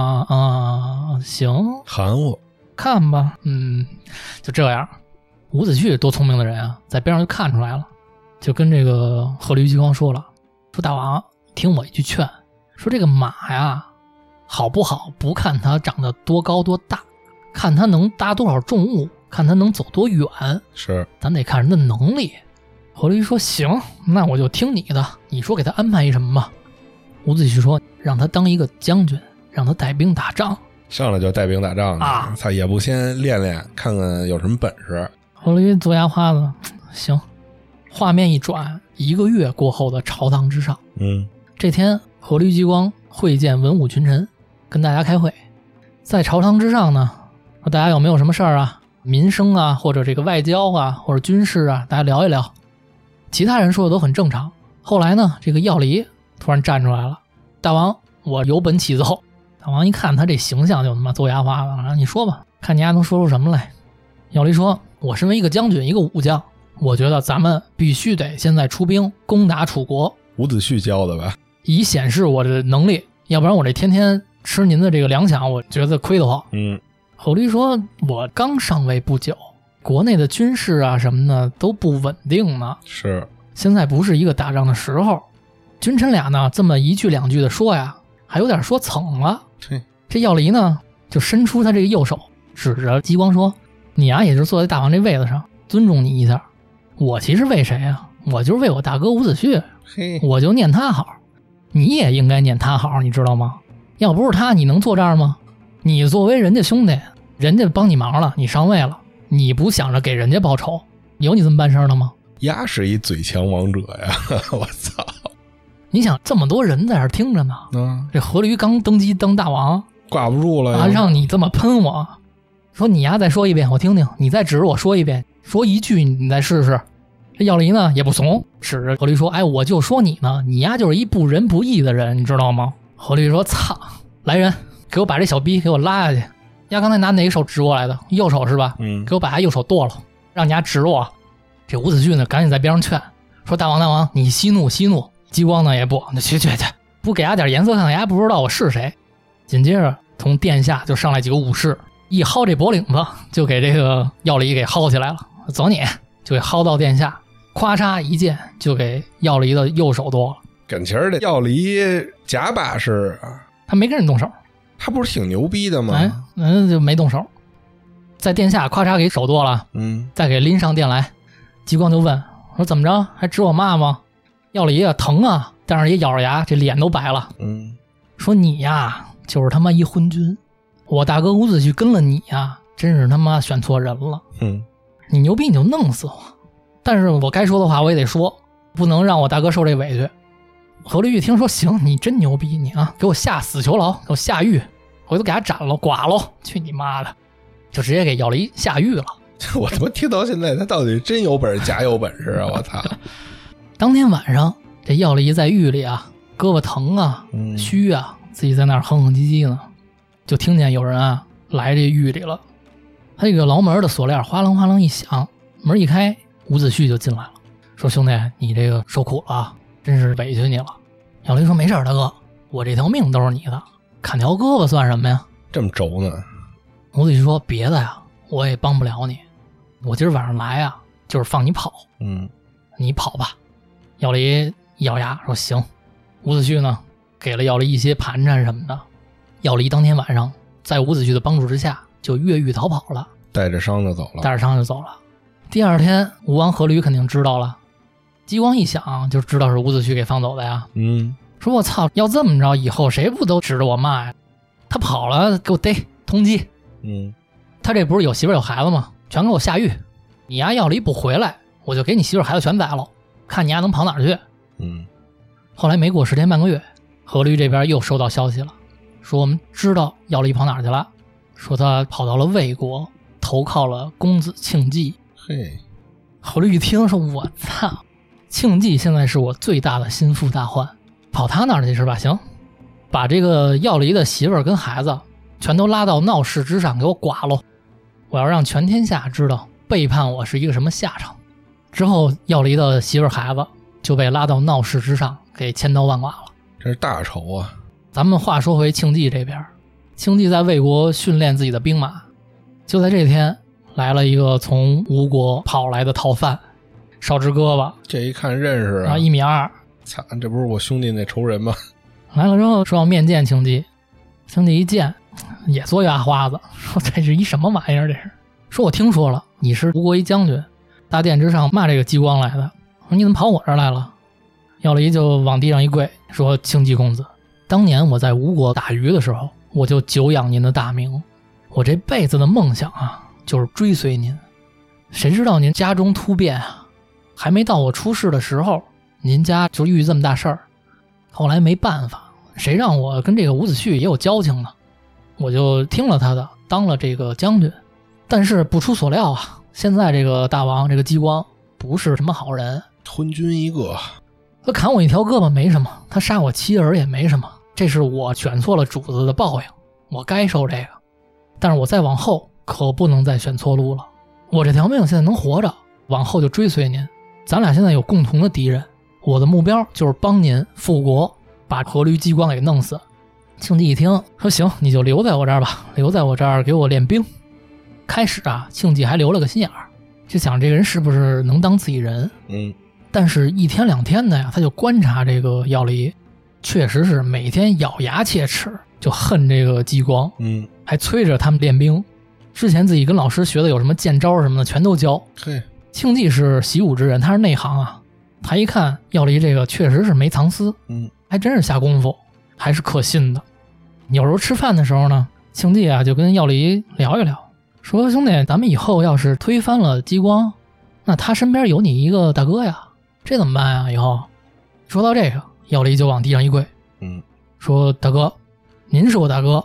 行， 含糊， 看吧，就这样。伍子胥多聪明的人啊，在边上就看出来了，就跟这个阖闾吉光说了，说大王听我一句劝，说这个马呀好不好不看它长得多高多大，看它能搭多少重物，看它能走多远， 是咱得看人的能力。阖闾说行，那我就听你的，你说给他安排一什么吧。伍子胥说让他当一个将军，让他带兵打仗。 上来就带兵打仗啊！他也不先练练看看有什么本事。 阖闾嘬牙花子，行。画面一转，1个月过后的朝堂之上，这天阖闾吉光会见文武群臣，跟大家开会。在朝堂之上呢，说大家有没有什么事儿啊，民生啊，或者这个外交啊，或者军事啊，大家聊一聊。其他人说的都很正常。后来呢，这个药离突然站出来了，大王，我有本启奏。大王一看他这形象就他妈嘬牙花子，你说吧，看你还能说出什么来。药离说，我身为一个将军，一个武将，我觉得咱们必须得现在出兵攻打楚国。 伍子胥教的吧， 以显示我的能力，要不然我这天天吃您的这个粮饷，我觉得亏得慌。阖闾说，我刚上位不久，国内的军事啊什么的都不稳定呢， 是现在不是一个打仗的时候。君臣俩呢这么一句两句的说呀，还有点说蹭了。这药离呢就伸出他这个右手，指着吉光说，你啊也是坐在大王这位子上，尊重你一下。我其实为谁啊？我就是为我大哥伍子胥，我就念他好，你也应该念他好，你知道吗？要不是他你能坐这儿吗？你作为人家兄弟，人家帮你忙了，你上位了，你不想着给人家报仇，有你这么办事的吗？ 丫是一嘴强王者呀我操， 你想这么多人在这听着呢，这阖闾刚登基当大王， 挂不住了啊，让你这么喷我，说你呀再说一遍我听听，你再指着我说一遍，说一句你再试试。这药离呢也不怂，指着何驴说：“哎，我就说你呢，你呀就是一不仁不义的人，你知道吗？”何驴说：“操，来人，给我把这小逼给我拉下去。丫刚才拿哪手指过来的？右手是吧？给我把他右手剁了，让你丫指我。”这伍子胥呢赶紧在边上劝说：“大王，你息怒息怒。”激光呢也不，去，不给丫点颜色看看，丫不知道我是谁。紧接着从殿下就上来几个武士，一薅这脖领子，就给这个药离给薅起来了。走你，就给薅到殿下。咵嚓一剑就给药离的右手剁了。 感情这药离假把式啊， 他没跟人动手， 他不是挺牛逼的吗？ 就没动手，在殿下咵嚓给手剁了，再给拎上殿来。激光就问说：“怎么着，还指我骂吗？”药离啊疼啊，但是也咬着牙，这脸都白了。说你呀就是他妈一昏君，我大哥伍子胥跟了你呀，真是他妈选错人了。你牛逼你就弄死我。但是我该说的话我也得说，不能让我大哥受这委屈。何律一听说行，你真牛逼，你啊给我下死囚牢，给我下狱，回头给他斩了剐了，去你妈的，就直接给药离下狱了。 我他妈听到现在他到底真有本事假有本事啊，我操。 当天晚上这药离在狱里啊，胳膊疼啊虚啊，自己在那儿哼哼唧唧呢，就听见有人啊来这狱里了。他这个牢门的锁链哗啷哗啷一响，门一开，伍子胥就进来了，说：“兄弟，你这个受苦了啊，真是委屈你了。”药离说：“没事大哥，我这条命都是你的，砍条胳膊算什么呀？”这么轴呢？伍子胥说：“别的呀，我也帮不了你，我今儿晚上来啊，就是放你跑。你跑吧。”药离一咬牙说：“行。”伍子胥呢，给了药离一些盘缠什么的。药离当天晚上在伍子胥的帮助之下，就越狱逃跑了，带着伤就走了。第二天，吴王阖闾肯定知道了，激光一响就知道是伍子胥给放走的呀。说我操，要这么着，以后谁不都指着我骂呀？他跑了，给我逮通缉。他这不是有媳妇有孩子吗？全给我下狱。你丫药离不回来，我就给你媳妇孩子全宰了，看你丫能跑哪儿去。后来没过10天半个月，阖闾这边又收到消息了，说我们知道药离跑哪儿去了，说他跑到了魏国，投靠了公子庆忌。阖闾一听说我操，庆忌现在是我最大的心腹大患，跑他那儿去是吧？行，把这个药离的媳妇儿跟孩子全都拉到闹市之上给我剐了，我要让全天下知道背叛我是一个什么下场。之后药离的媳妇儿孩子就被拉到闹市之上给千刀万剐了， 这是大仇啊。 咱们话说回庆忌这边，庆忌在魏国训练自己的兵马，就在这天来了一个从吴国跑来的逃犯，少只胳膊， 这一看认识啊， 1.2米。 操，这不是我兄弟那仇人吗？ 来了之后说要面见庆忌，庆忌一见也做牙花子，说这是一什么玩意儿？这是说我听说了，你是吴国一将军，大殿之上骂这个激光来的，说你怎么跑我这儿来了？药离就往地上一跪，说庆忌公子，当年我在吴国打鱼的时候，我就久仰您的大名，我这辈子的梦想啊就是追随您，谁知道您家中突变啊，还没到我出世的时候，您家就遇这么大事儿，后来没办法，谁让我跟这个伍子胥也有交情呢，我就听了他的，当了这个将军。但是不出所料啊，现在这个大王这个激光不是什么好人， 昏君一个， 他砍我一条胳膊没什么，他杀我妻儿也没什么，这是我选错了主子的报应，我该受这个。但是我再往后可不能再选错路了，我这条命现在能活着，往后就追随您，咱俩现在有共同的敌人，我的目标就是帮您复国，把阖闾激光给弄死。庆忌一听说行，你就留在我这儿吧，留在我这儿给我练兵。开始啊，庆忌还留了个心眼儿，就想这个人是不是能当自己人。但是1天2天的呀，他就观察这个药离，确实是每天咬牙切齿，就恨这个激光。还催着他们练兵，之前自己跟老师学的有什么剑招什么的全都教。庆忌是习武之人，他是内行啊，他一看药离这个确实是没藏私，还真是下功夫，还是可信的。有时候吃饭的时候呢，庆忌啊就跟药离聊一聊，说兄弟，咱们以后要是推翻了激光，那他身边有你一个大哥呀，这怎么办呀？以后说到这个，药离就往地上一跪，说大哥，您是我大哥，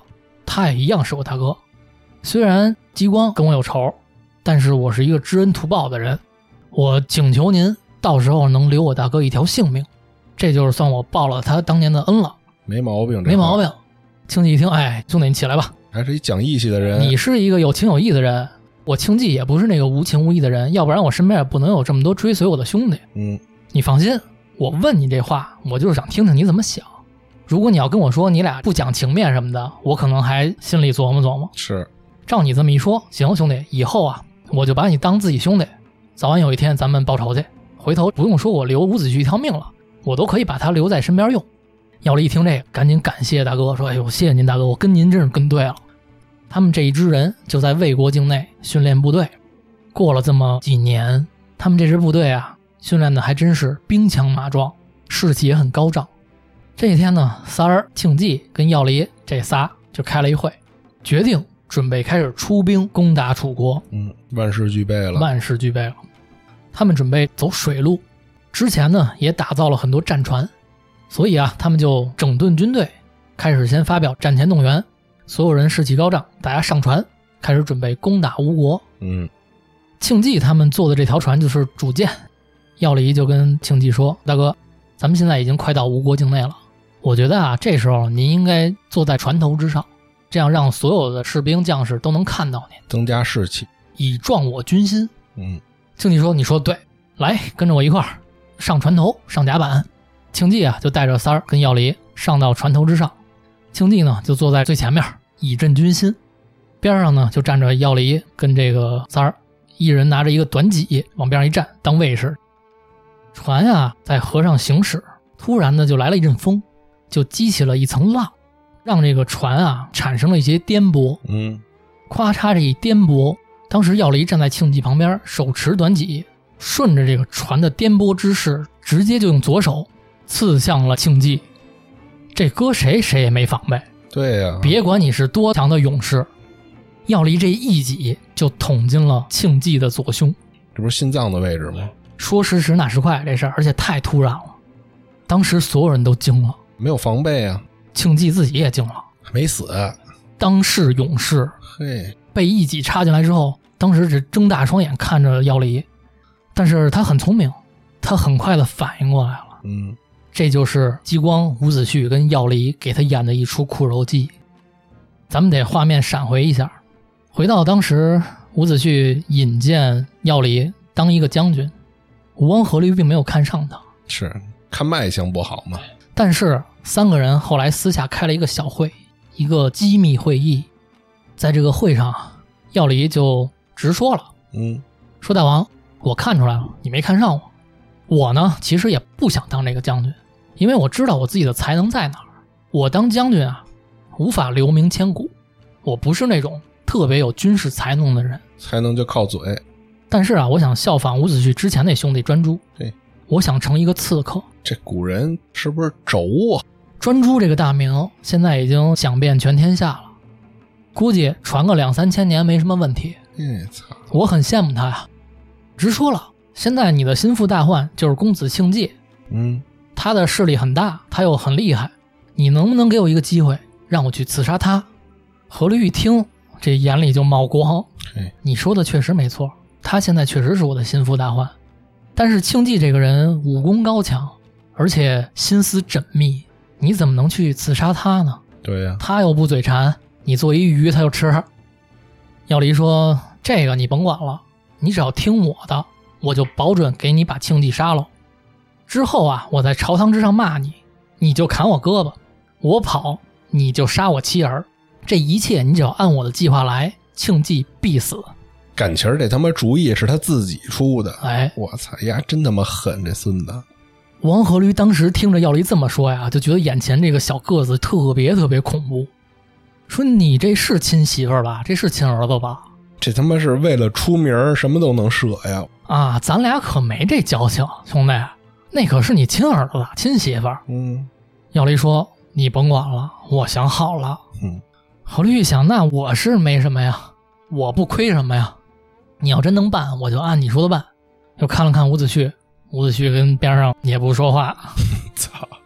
他也一样是我大哥。虽然激光跟我有仇，但是我是一个知恩图报的人，我请求您到时候能留我大哥一条性命，这就是算我报了他当年的恩了。 没毛病， 没毛病。庆忌一听，哎，兄弟你起来吧， 还是一讲义气的人。 你是一个有情有义的人，我庆忌也不是那个无情无义的人，要不然我身边也不能有这么多追随我的兄弟。你放心，我问你这话，我就是想听听你怎么想。如果你要跟我说你俩不讲情面什么的，我可能还心里琢磨琢磨。 是， 照你这么一说，行，兄弟，以后啊，我就把你当自己兄弟，早晚有一天咱们报仇去，回头不用说我留伍子胥一条命了，我都可以把他留在身边用。姚离一听这个，赶紧感谢大哥，说：“哎呦，谢谢您大哥，我跟您真是跟对了。”他们这一支人就在魏国境内训练部队，过了这么几年，他们这支部队啊，训练的还真是兵强马壮，士气也很高涨。这一天呢，三儿、庆忌跟姚离这仨就开了一会，决定准备开始出兵攻打楚国。 万事俱备了， 万事俱备了。他们准备走水路，之前呢也打造了很多战船。所以啊，他们就整顿军队，开始先发表战前动员，所有人士气高涨，大家上船，开始准备攻打吴国。庆忌他们坐的这条船就是主舰，姚离就跟庆忌说：“大哥，咱们现在已经快到吴国境内了，我觉得啊，这时候您应该坐在船头之上，这样让所有的士兵将士都能看到您， 增加士气， 以壮我军心。”庆忌说：“你说的对，来跟着我一块儿上船头，上甲板。”庆忌啊，就带着三儿跟姚离上到船头之上，庆忌呢就坐在最前面，以振军心。边上呢就站着姚离跟这个三儿，一人拿着一个短戟往边上一站，当卫士。船啊在河上行驶，突然呢就来了一阵风，就激起了一层浪，让这个船啊产生了一些颠簸。咵嚓这一颠簸，当时姚离站在庆忌旁边，手持短戟，顺着这个船的颠簸之势，直接就用左手刺向了庆忌。这搁谁也没防备。 对呀， 别管你是多强的勇士，姚离这一戟就捅进了庆忌的左胸。 这不是心脏的位置吗？ 说时迟那时快，这事儿而且太突然了，当时所有人都惊了， 没有防备啊。 庆忌自己也惊了， 没死， 当世勇士， 嘿， 被一戟插进来之后，当时只睁大双眼看着姚离，但是他很聪明，他很快的反应过来了。这就是激光、伍子胥跟姚离给他演的一出苦肉计。咱们得画面闪回一下，回到当时伍子胥引荐姚离当一个将军，吴王阖闾并没有看上他， 是看脉象不好嘛。 但是三个人后来私下开了一个小会，一个机密会议。在这个会上，姚离就直说了，说大王，我看出来了，你没看上我。我呢，其实也不想当这个将军，因为我知道我自己的才能在哪儿。我当将军啊，无法留名千古，我不是那种特别有军事才能的人， 才能就靠嘴。 但是啊，我想效仿伍子胥之前那兄弟专诸， 对， 我想成一个刺客。 这古人是不是轴啊？ 专诸这个大名现在已经响遍全天下了，估计传个2-3千年没什么问题。 操！ 我很羡慕他呀。直说了，现在你的心腹大患就是公子庆忌，他的势力很大，他又很厉害，你能不能给我一个机会，让我去刺杀他？阖闾一听，这眼里就冒光。你说的确实没错，他现在确实是我的心腹大患，但是庆忌这个人武功高强，而且心思缜密，你怎么能去刺杀他呢？ 对呀， 他又不嘴馋，你做一鱼他就吃。姚离说：“这个你甭管了，你只要听我的，我就保准给你把庆忌杀了。之后啊，我在朝堂之上骂你，你就砍我胳膊；我跑，你就杀我妻儿。这一切你只要按我的计划来，庆忌必死。” 感情这他妈主意是他自己出的。我操呀，真他妈狠，这孙子！ 王阖闾当时听着姚离这么说呀，就觉得眼前这个小个子特别特别恐怖，说你这是亲媳妇儿吧？这是亲儿子吧？ 这他妈是为了出名什么都能舍呀！ 啊，咱俩可没这交情，兄弟，那可是你亲儿子亲媳妇儿。姚离说：“你甭管了，我想好了。”阖闾一想，那我是没什么呀，我不亏什么呀，你要真能办，我就按你说的办。又看了看伍子胥，伍子胥跟边上也不说话。 操，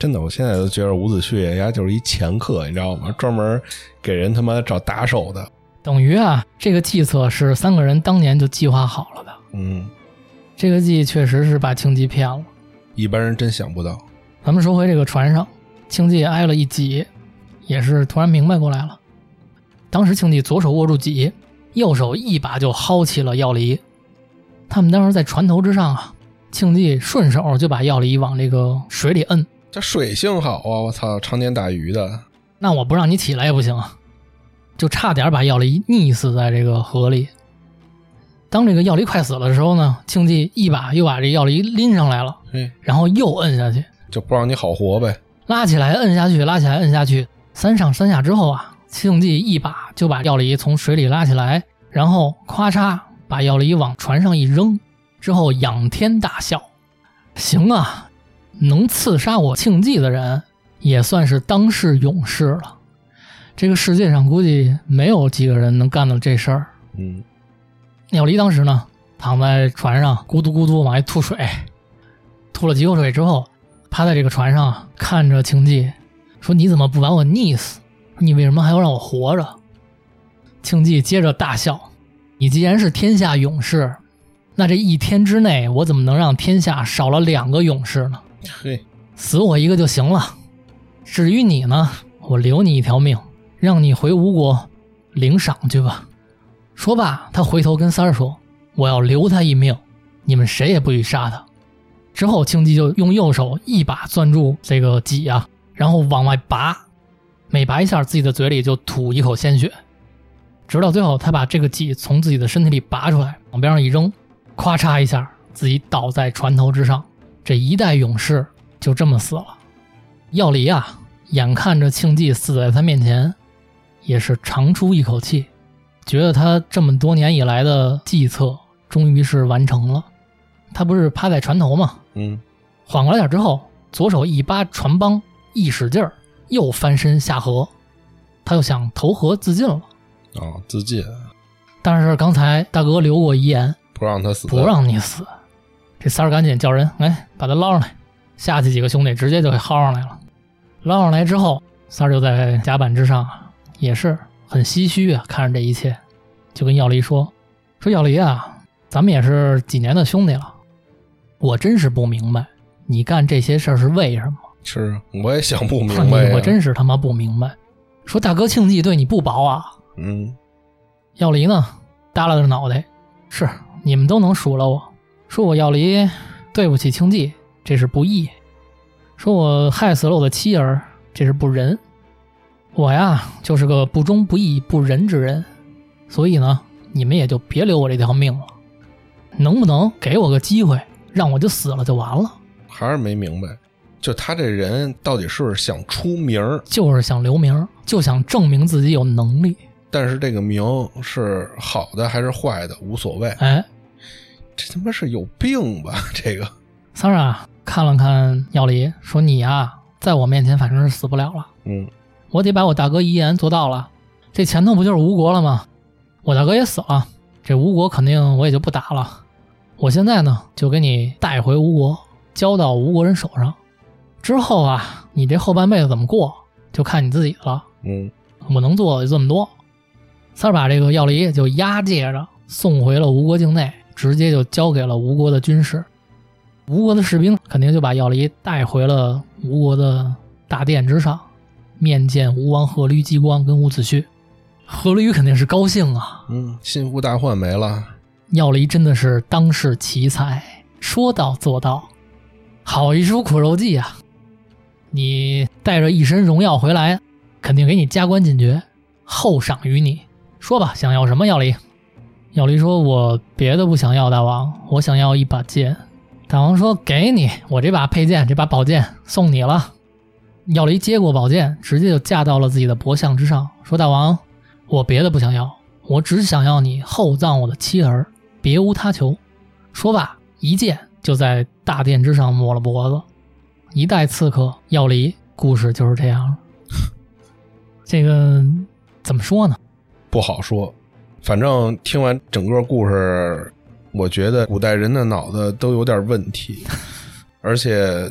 真的，我现在都觉得伍子胥人家就是一掮客，你知道吗？专门给人他妈找打手的。 等于啊，这个计策是3个人当年就计划好了的。这个计确实是把庆忌骗了， 一般人真想不到。 咱们说回这个船上，庆忌挨了一戟，也是突然明白过来了。当时庆忌左手握住戟，右手一把就薅起了药离。他们当时在船头之上啊，庆忌顺手就把药离往这个水里摁。 这水性好啊，我操，常年打鱼的。 那我不让你起来也不行啊，就差点把药离溺死在这个河里。当这个药离快死了的时候呢，庆忌一把又把这药离拎上来了，然后又摁下去， 就不让你好活呗。 拉起来摁下去，拉起来摁下去，三上三下之后啊，庆忌一把就把药离从水里拉起来，然后咔嚓把药离往船上一扔，之后仰天大笑，行啊，能刺杀我庆忌的人也算是当世勇士了。这个世界上估计没有几个人能干到这事儿。药离当时呢躺在船上咕嘟咕嘟往外吐水，吐了几口水之后趴在这个船上看着庆忌说，你怎么不把我溺死，你为什么还要让我活着？庆忌接着大笑，你既然是天下勇士，那这一天之内我怎么能让天下少了2个勇士呢？死我一个就行了，至于你呢，我留你一条命，让你回吴国领赏去吧。说罢他回头跟三儿说，我要留他一命，你们谁也不许杀他。之后庆忌就用右手一把攥住这个戟啊，然后往外拔，每拔一下自己的嘴里就吐一口鲜血，直到最后他把这个戟从自己的身体里拔出来往边上一扔，咔嚓一下自己倒在船头之上，这一代勇士就这么死了。药离啊，眼看着庆忌死在他面前，也是长出一口气，觉得他这么多年以来的计策终于是完成了。他不是趴在船头吗？缓过来点之后，左手一扒船帮，一使劲儿，又翻身下河，他又想投河自尽了。 自尽。 但是刚才大哥留过遗言， 不让他死， 不让你死。这三儿赶紧叫人，把他捞上来。下去几个兄弟直接就给薅上来了。捞上来之后，三儿就在甲板之上也是很唏嘘啊，看着这一切，就跟药离说药离啊，咱们也是几年的兄弟了，我真是不明白你干这些事儿是为什么。 是，我也想不明白我真是他妈不明白。说大哥庆忌对你不薄啊。药离呢耷拉着脑袋，是你们都能数了我，说我药离对不起庆忌，这是不义，说我害死了我的妻儿，这是不仁，我呀就是个不忠不义不仁之人，所以呢你们也就别留我这条命了，能不能给我个机会让我就死了就完了。 还是没明白，就他这人到底是想出名， 就是想留名，就想证明自己有能力， 但是这个名是好的还是坏的无所谓。这他妈是有病吧这个。 三儿啊看了看药离说，你呀在我面前反正是死不了了，我得把我大哥遗言做到了，这前头不就是吴国了吗？我大哥也死了，这吴国肯定我也就不打了，我现在呢就给你带回吴国，交到吴国人手上，之后啊你这后半辈子怎么过就看你自己了。我能做就这么多。三儿把这个药离就押解着送回了吴国境内，直接就交给了吴国的军士。吴国的士兵肯定就把药离带回了吴国的大殿之上，面见吴王阖闾、姬光跟伍子胥。阖闾肯定是高兴啊， 心腹大患没了。 药离真的是当世奇才，说到做到，好一出苦肉计啊！你带着一身荣耀回来，肯定给你加官进爵，厚赏于你。说吧，想要什么？药离。药离说，我别的不想要，大王，我想要一把剑。大王说，给你，我这把佩剑，这把宝剑送你了。药离接过宝剑，直接就架到了自己的脖项之上，说，大王，我别的不想要，我只想要你厚葬我的妻儿，别无他求。说罢一剑就在大殿之上抹了脖子。一代刺客药离，故事就是这样了。这个怎么说呢？ 不好说，反正听完整个故事，我觉得古代人的脑子都有点问题，而且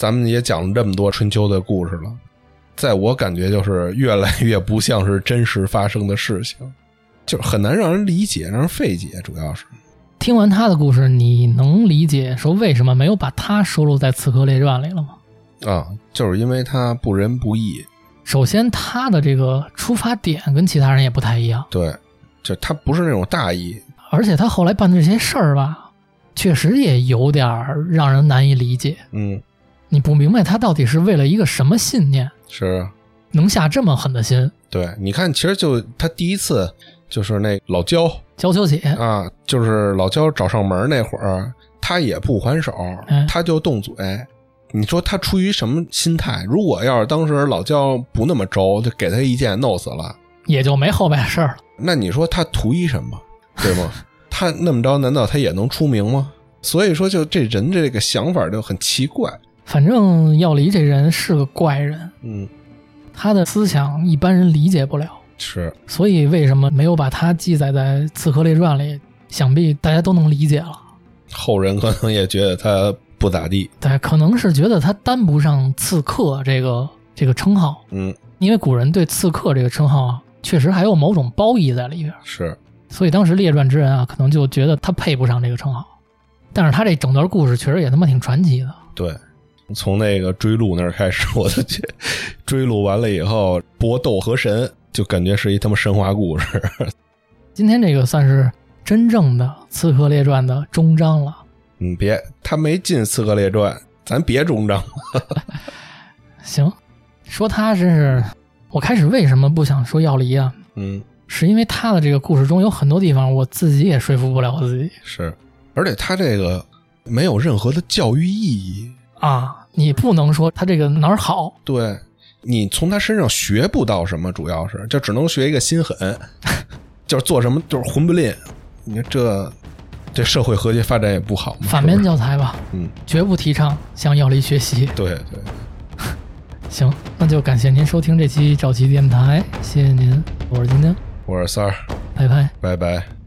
咱们也讲了这么多春秋的故事了，在我感觉就是越来越不像是真实发生的事情，就是很难让人理解，让人费解。主要是听完他的故事，你能理解说为什么没有把他收录在《刺客列传》里了吗？ 啊，就是因为他不仁不义。 首先他的这个出发点跟其他人也不太一样， 对，就他不是那种大义， 而且他后来办的这些事儿吧，确实也有点让人难以理解。你不明白他到底是为了一个什么信念， 是能下这么狠的心。 对，你看其实就他第一次就是那老焦秋且啊，就是老焦找上门那会儿，他也不还手，他就动嘴。你说他出于什么心态？如果要是当时老焦不那么轴，就给他一剑弄死了， 也就没后边事儿了。 那你说他图一什么，对吗？他那么着难道他也能出名吗？所以说就这人这个想法就很奇怪。 反正药离这人是个怪人，他的思想一般人理解不了， 是， 所以为什么没有把他记载在《刺客列传》里，想必大家都能理解了。 后人可能也觉得他不咋地， 对，可能是觉得他担不上刺客这个称号，因为古人对刺客这个称号啊，确实还有某种褒义在里边， 是， 所以当时列传之人啊，可能就觉得他配不上这个称号。但是他这整段故事确实也他妈挺传奇的。 对，从那个追鹿那儿开始，我就觉得追鹿完了以后搏斗河神，就感觉是一他妈神话故事。 今天这个算是真正的《刺客列传》的终章了。 别，他没进《刺客列传》，咱别终章了。 行，说他真是，我开始为什么不想说药离啊？是因为他的这个故事中有很多地方我自己也说服不了我自己。 是，而且他这个没有任何的教育意义啊，你不能说他这个哪儿好。 对，你从他身上学不到什么，主要是就只能学一个心狠，就是做什么就是混不吝。你看这社会和谐发展也不好嘛， 反面教材吧，绝不提倡向药离学习。 对， 行，那就感谢您收听这期赵奇电台，谢谢您，我是金丁， 我是三儿， 拜拜， 拜拜。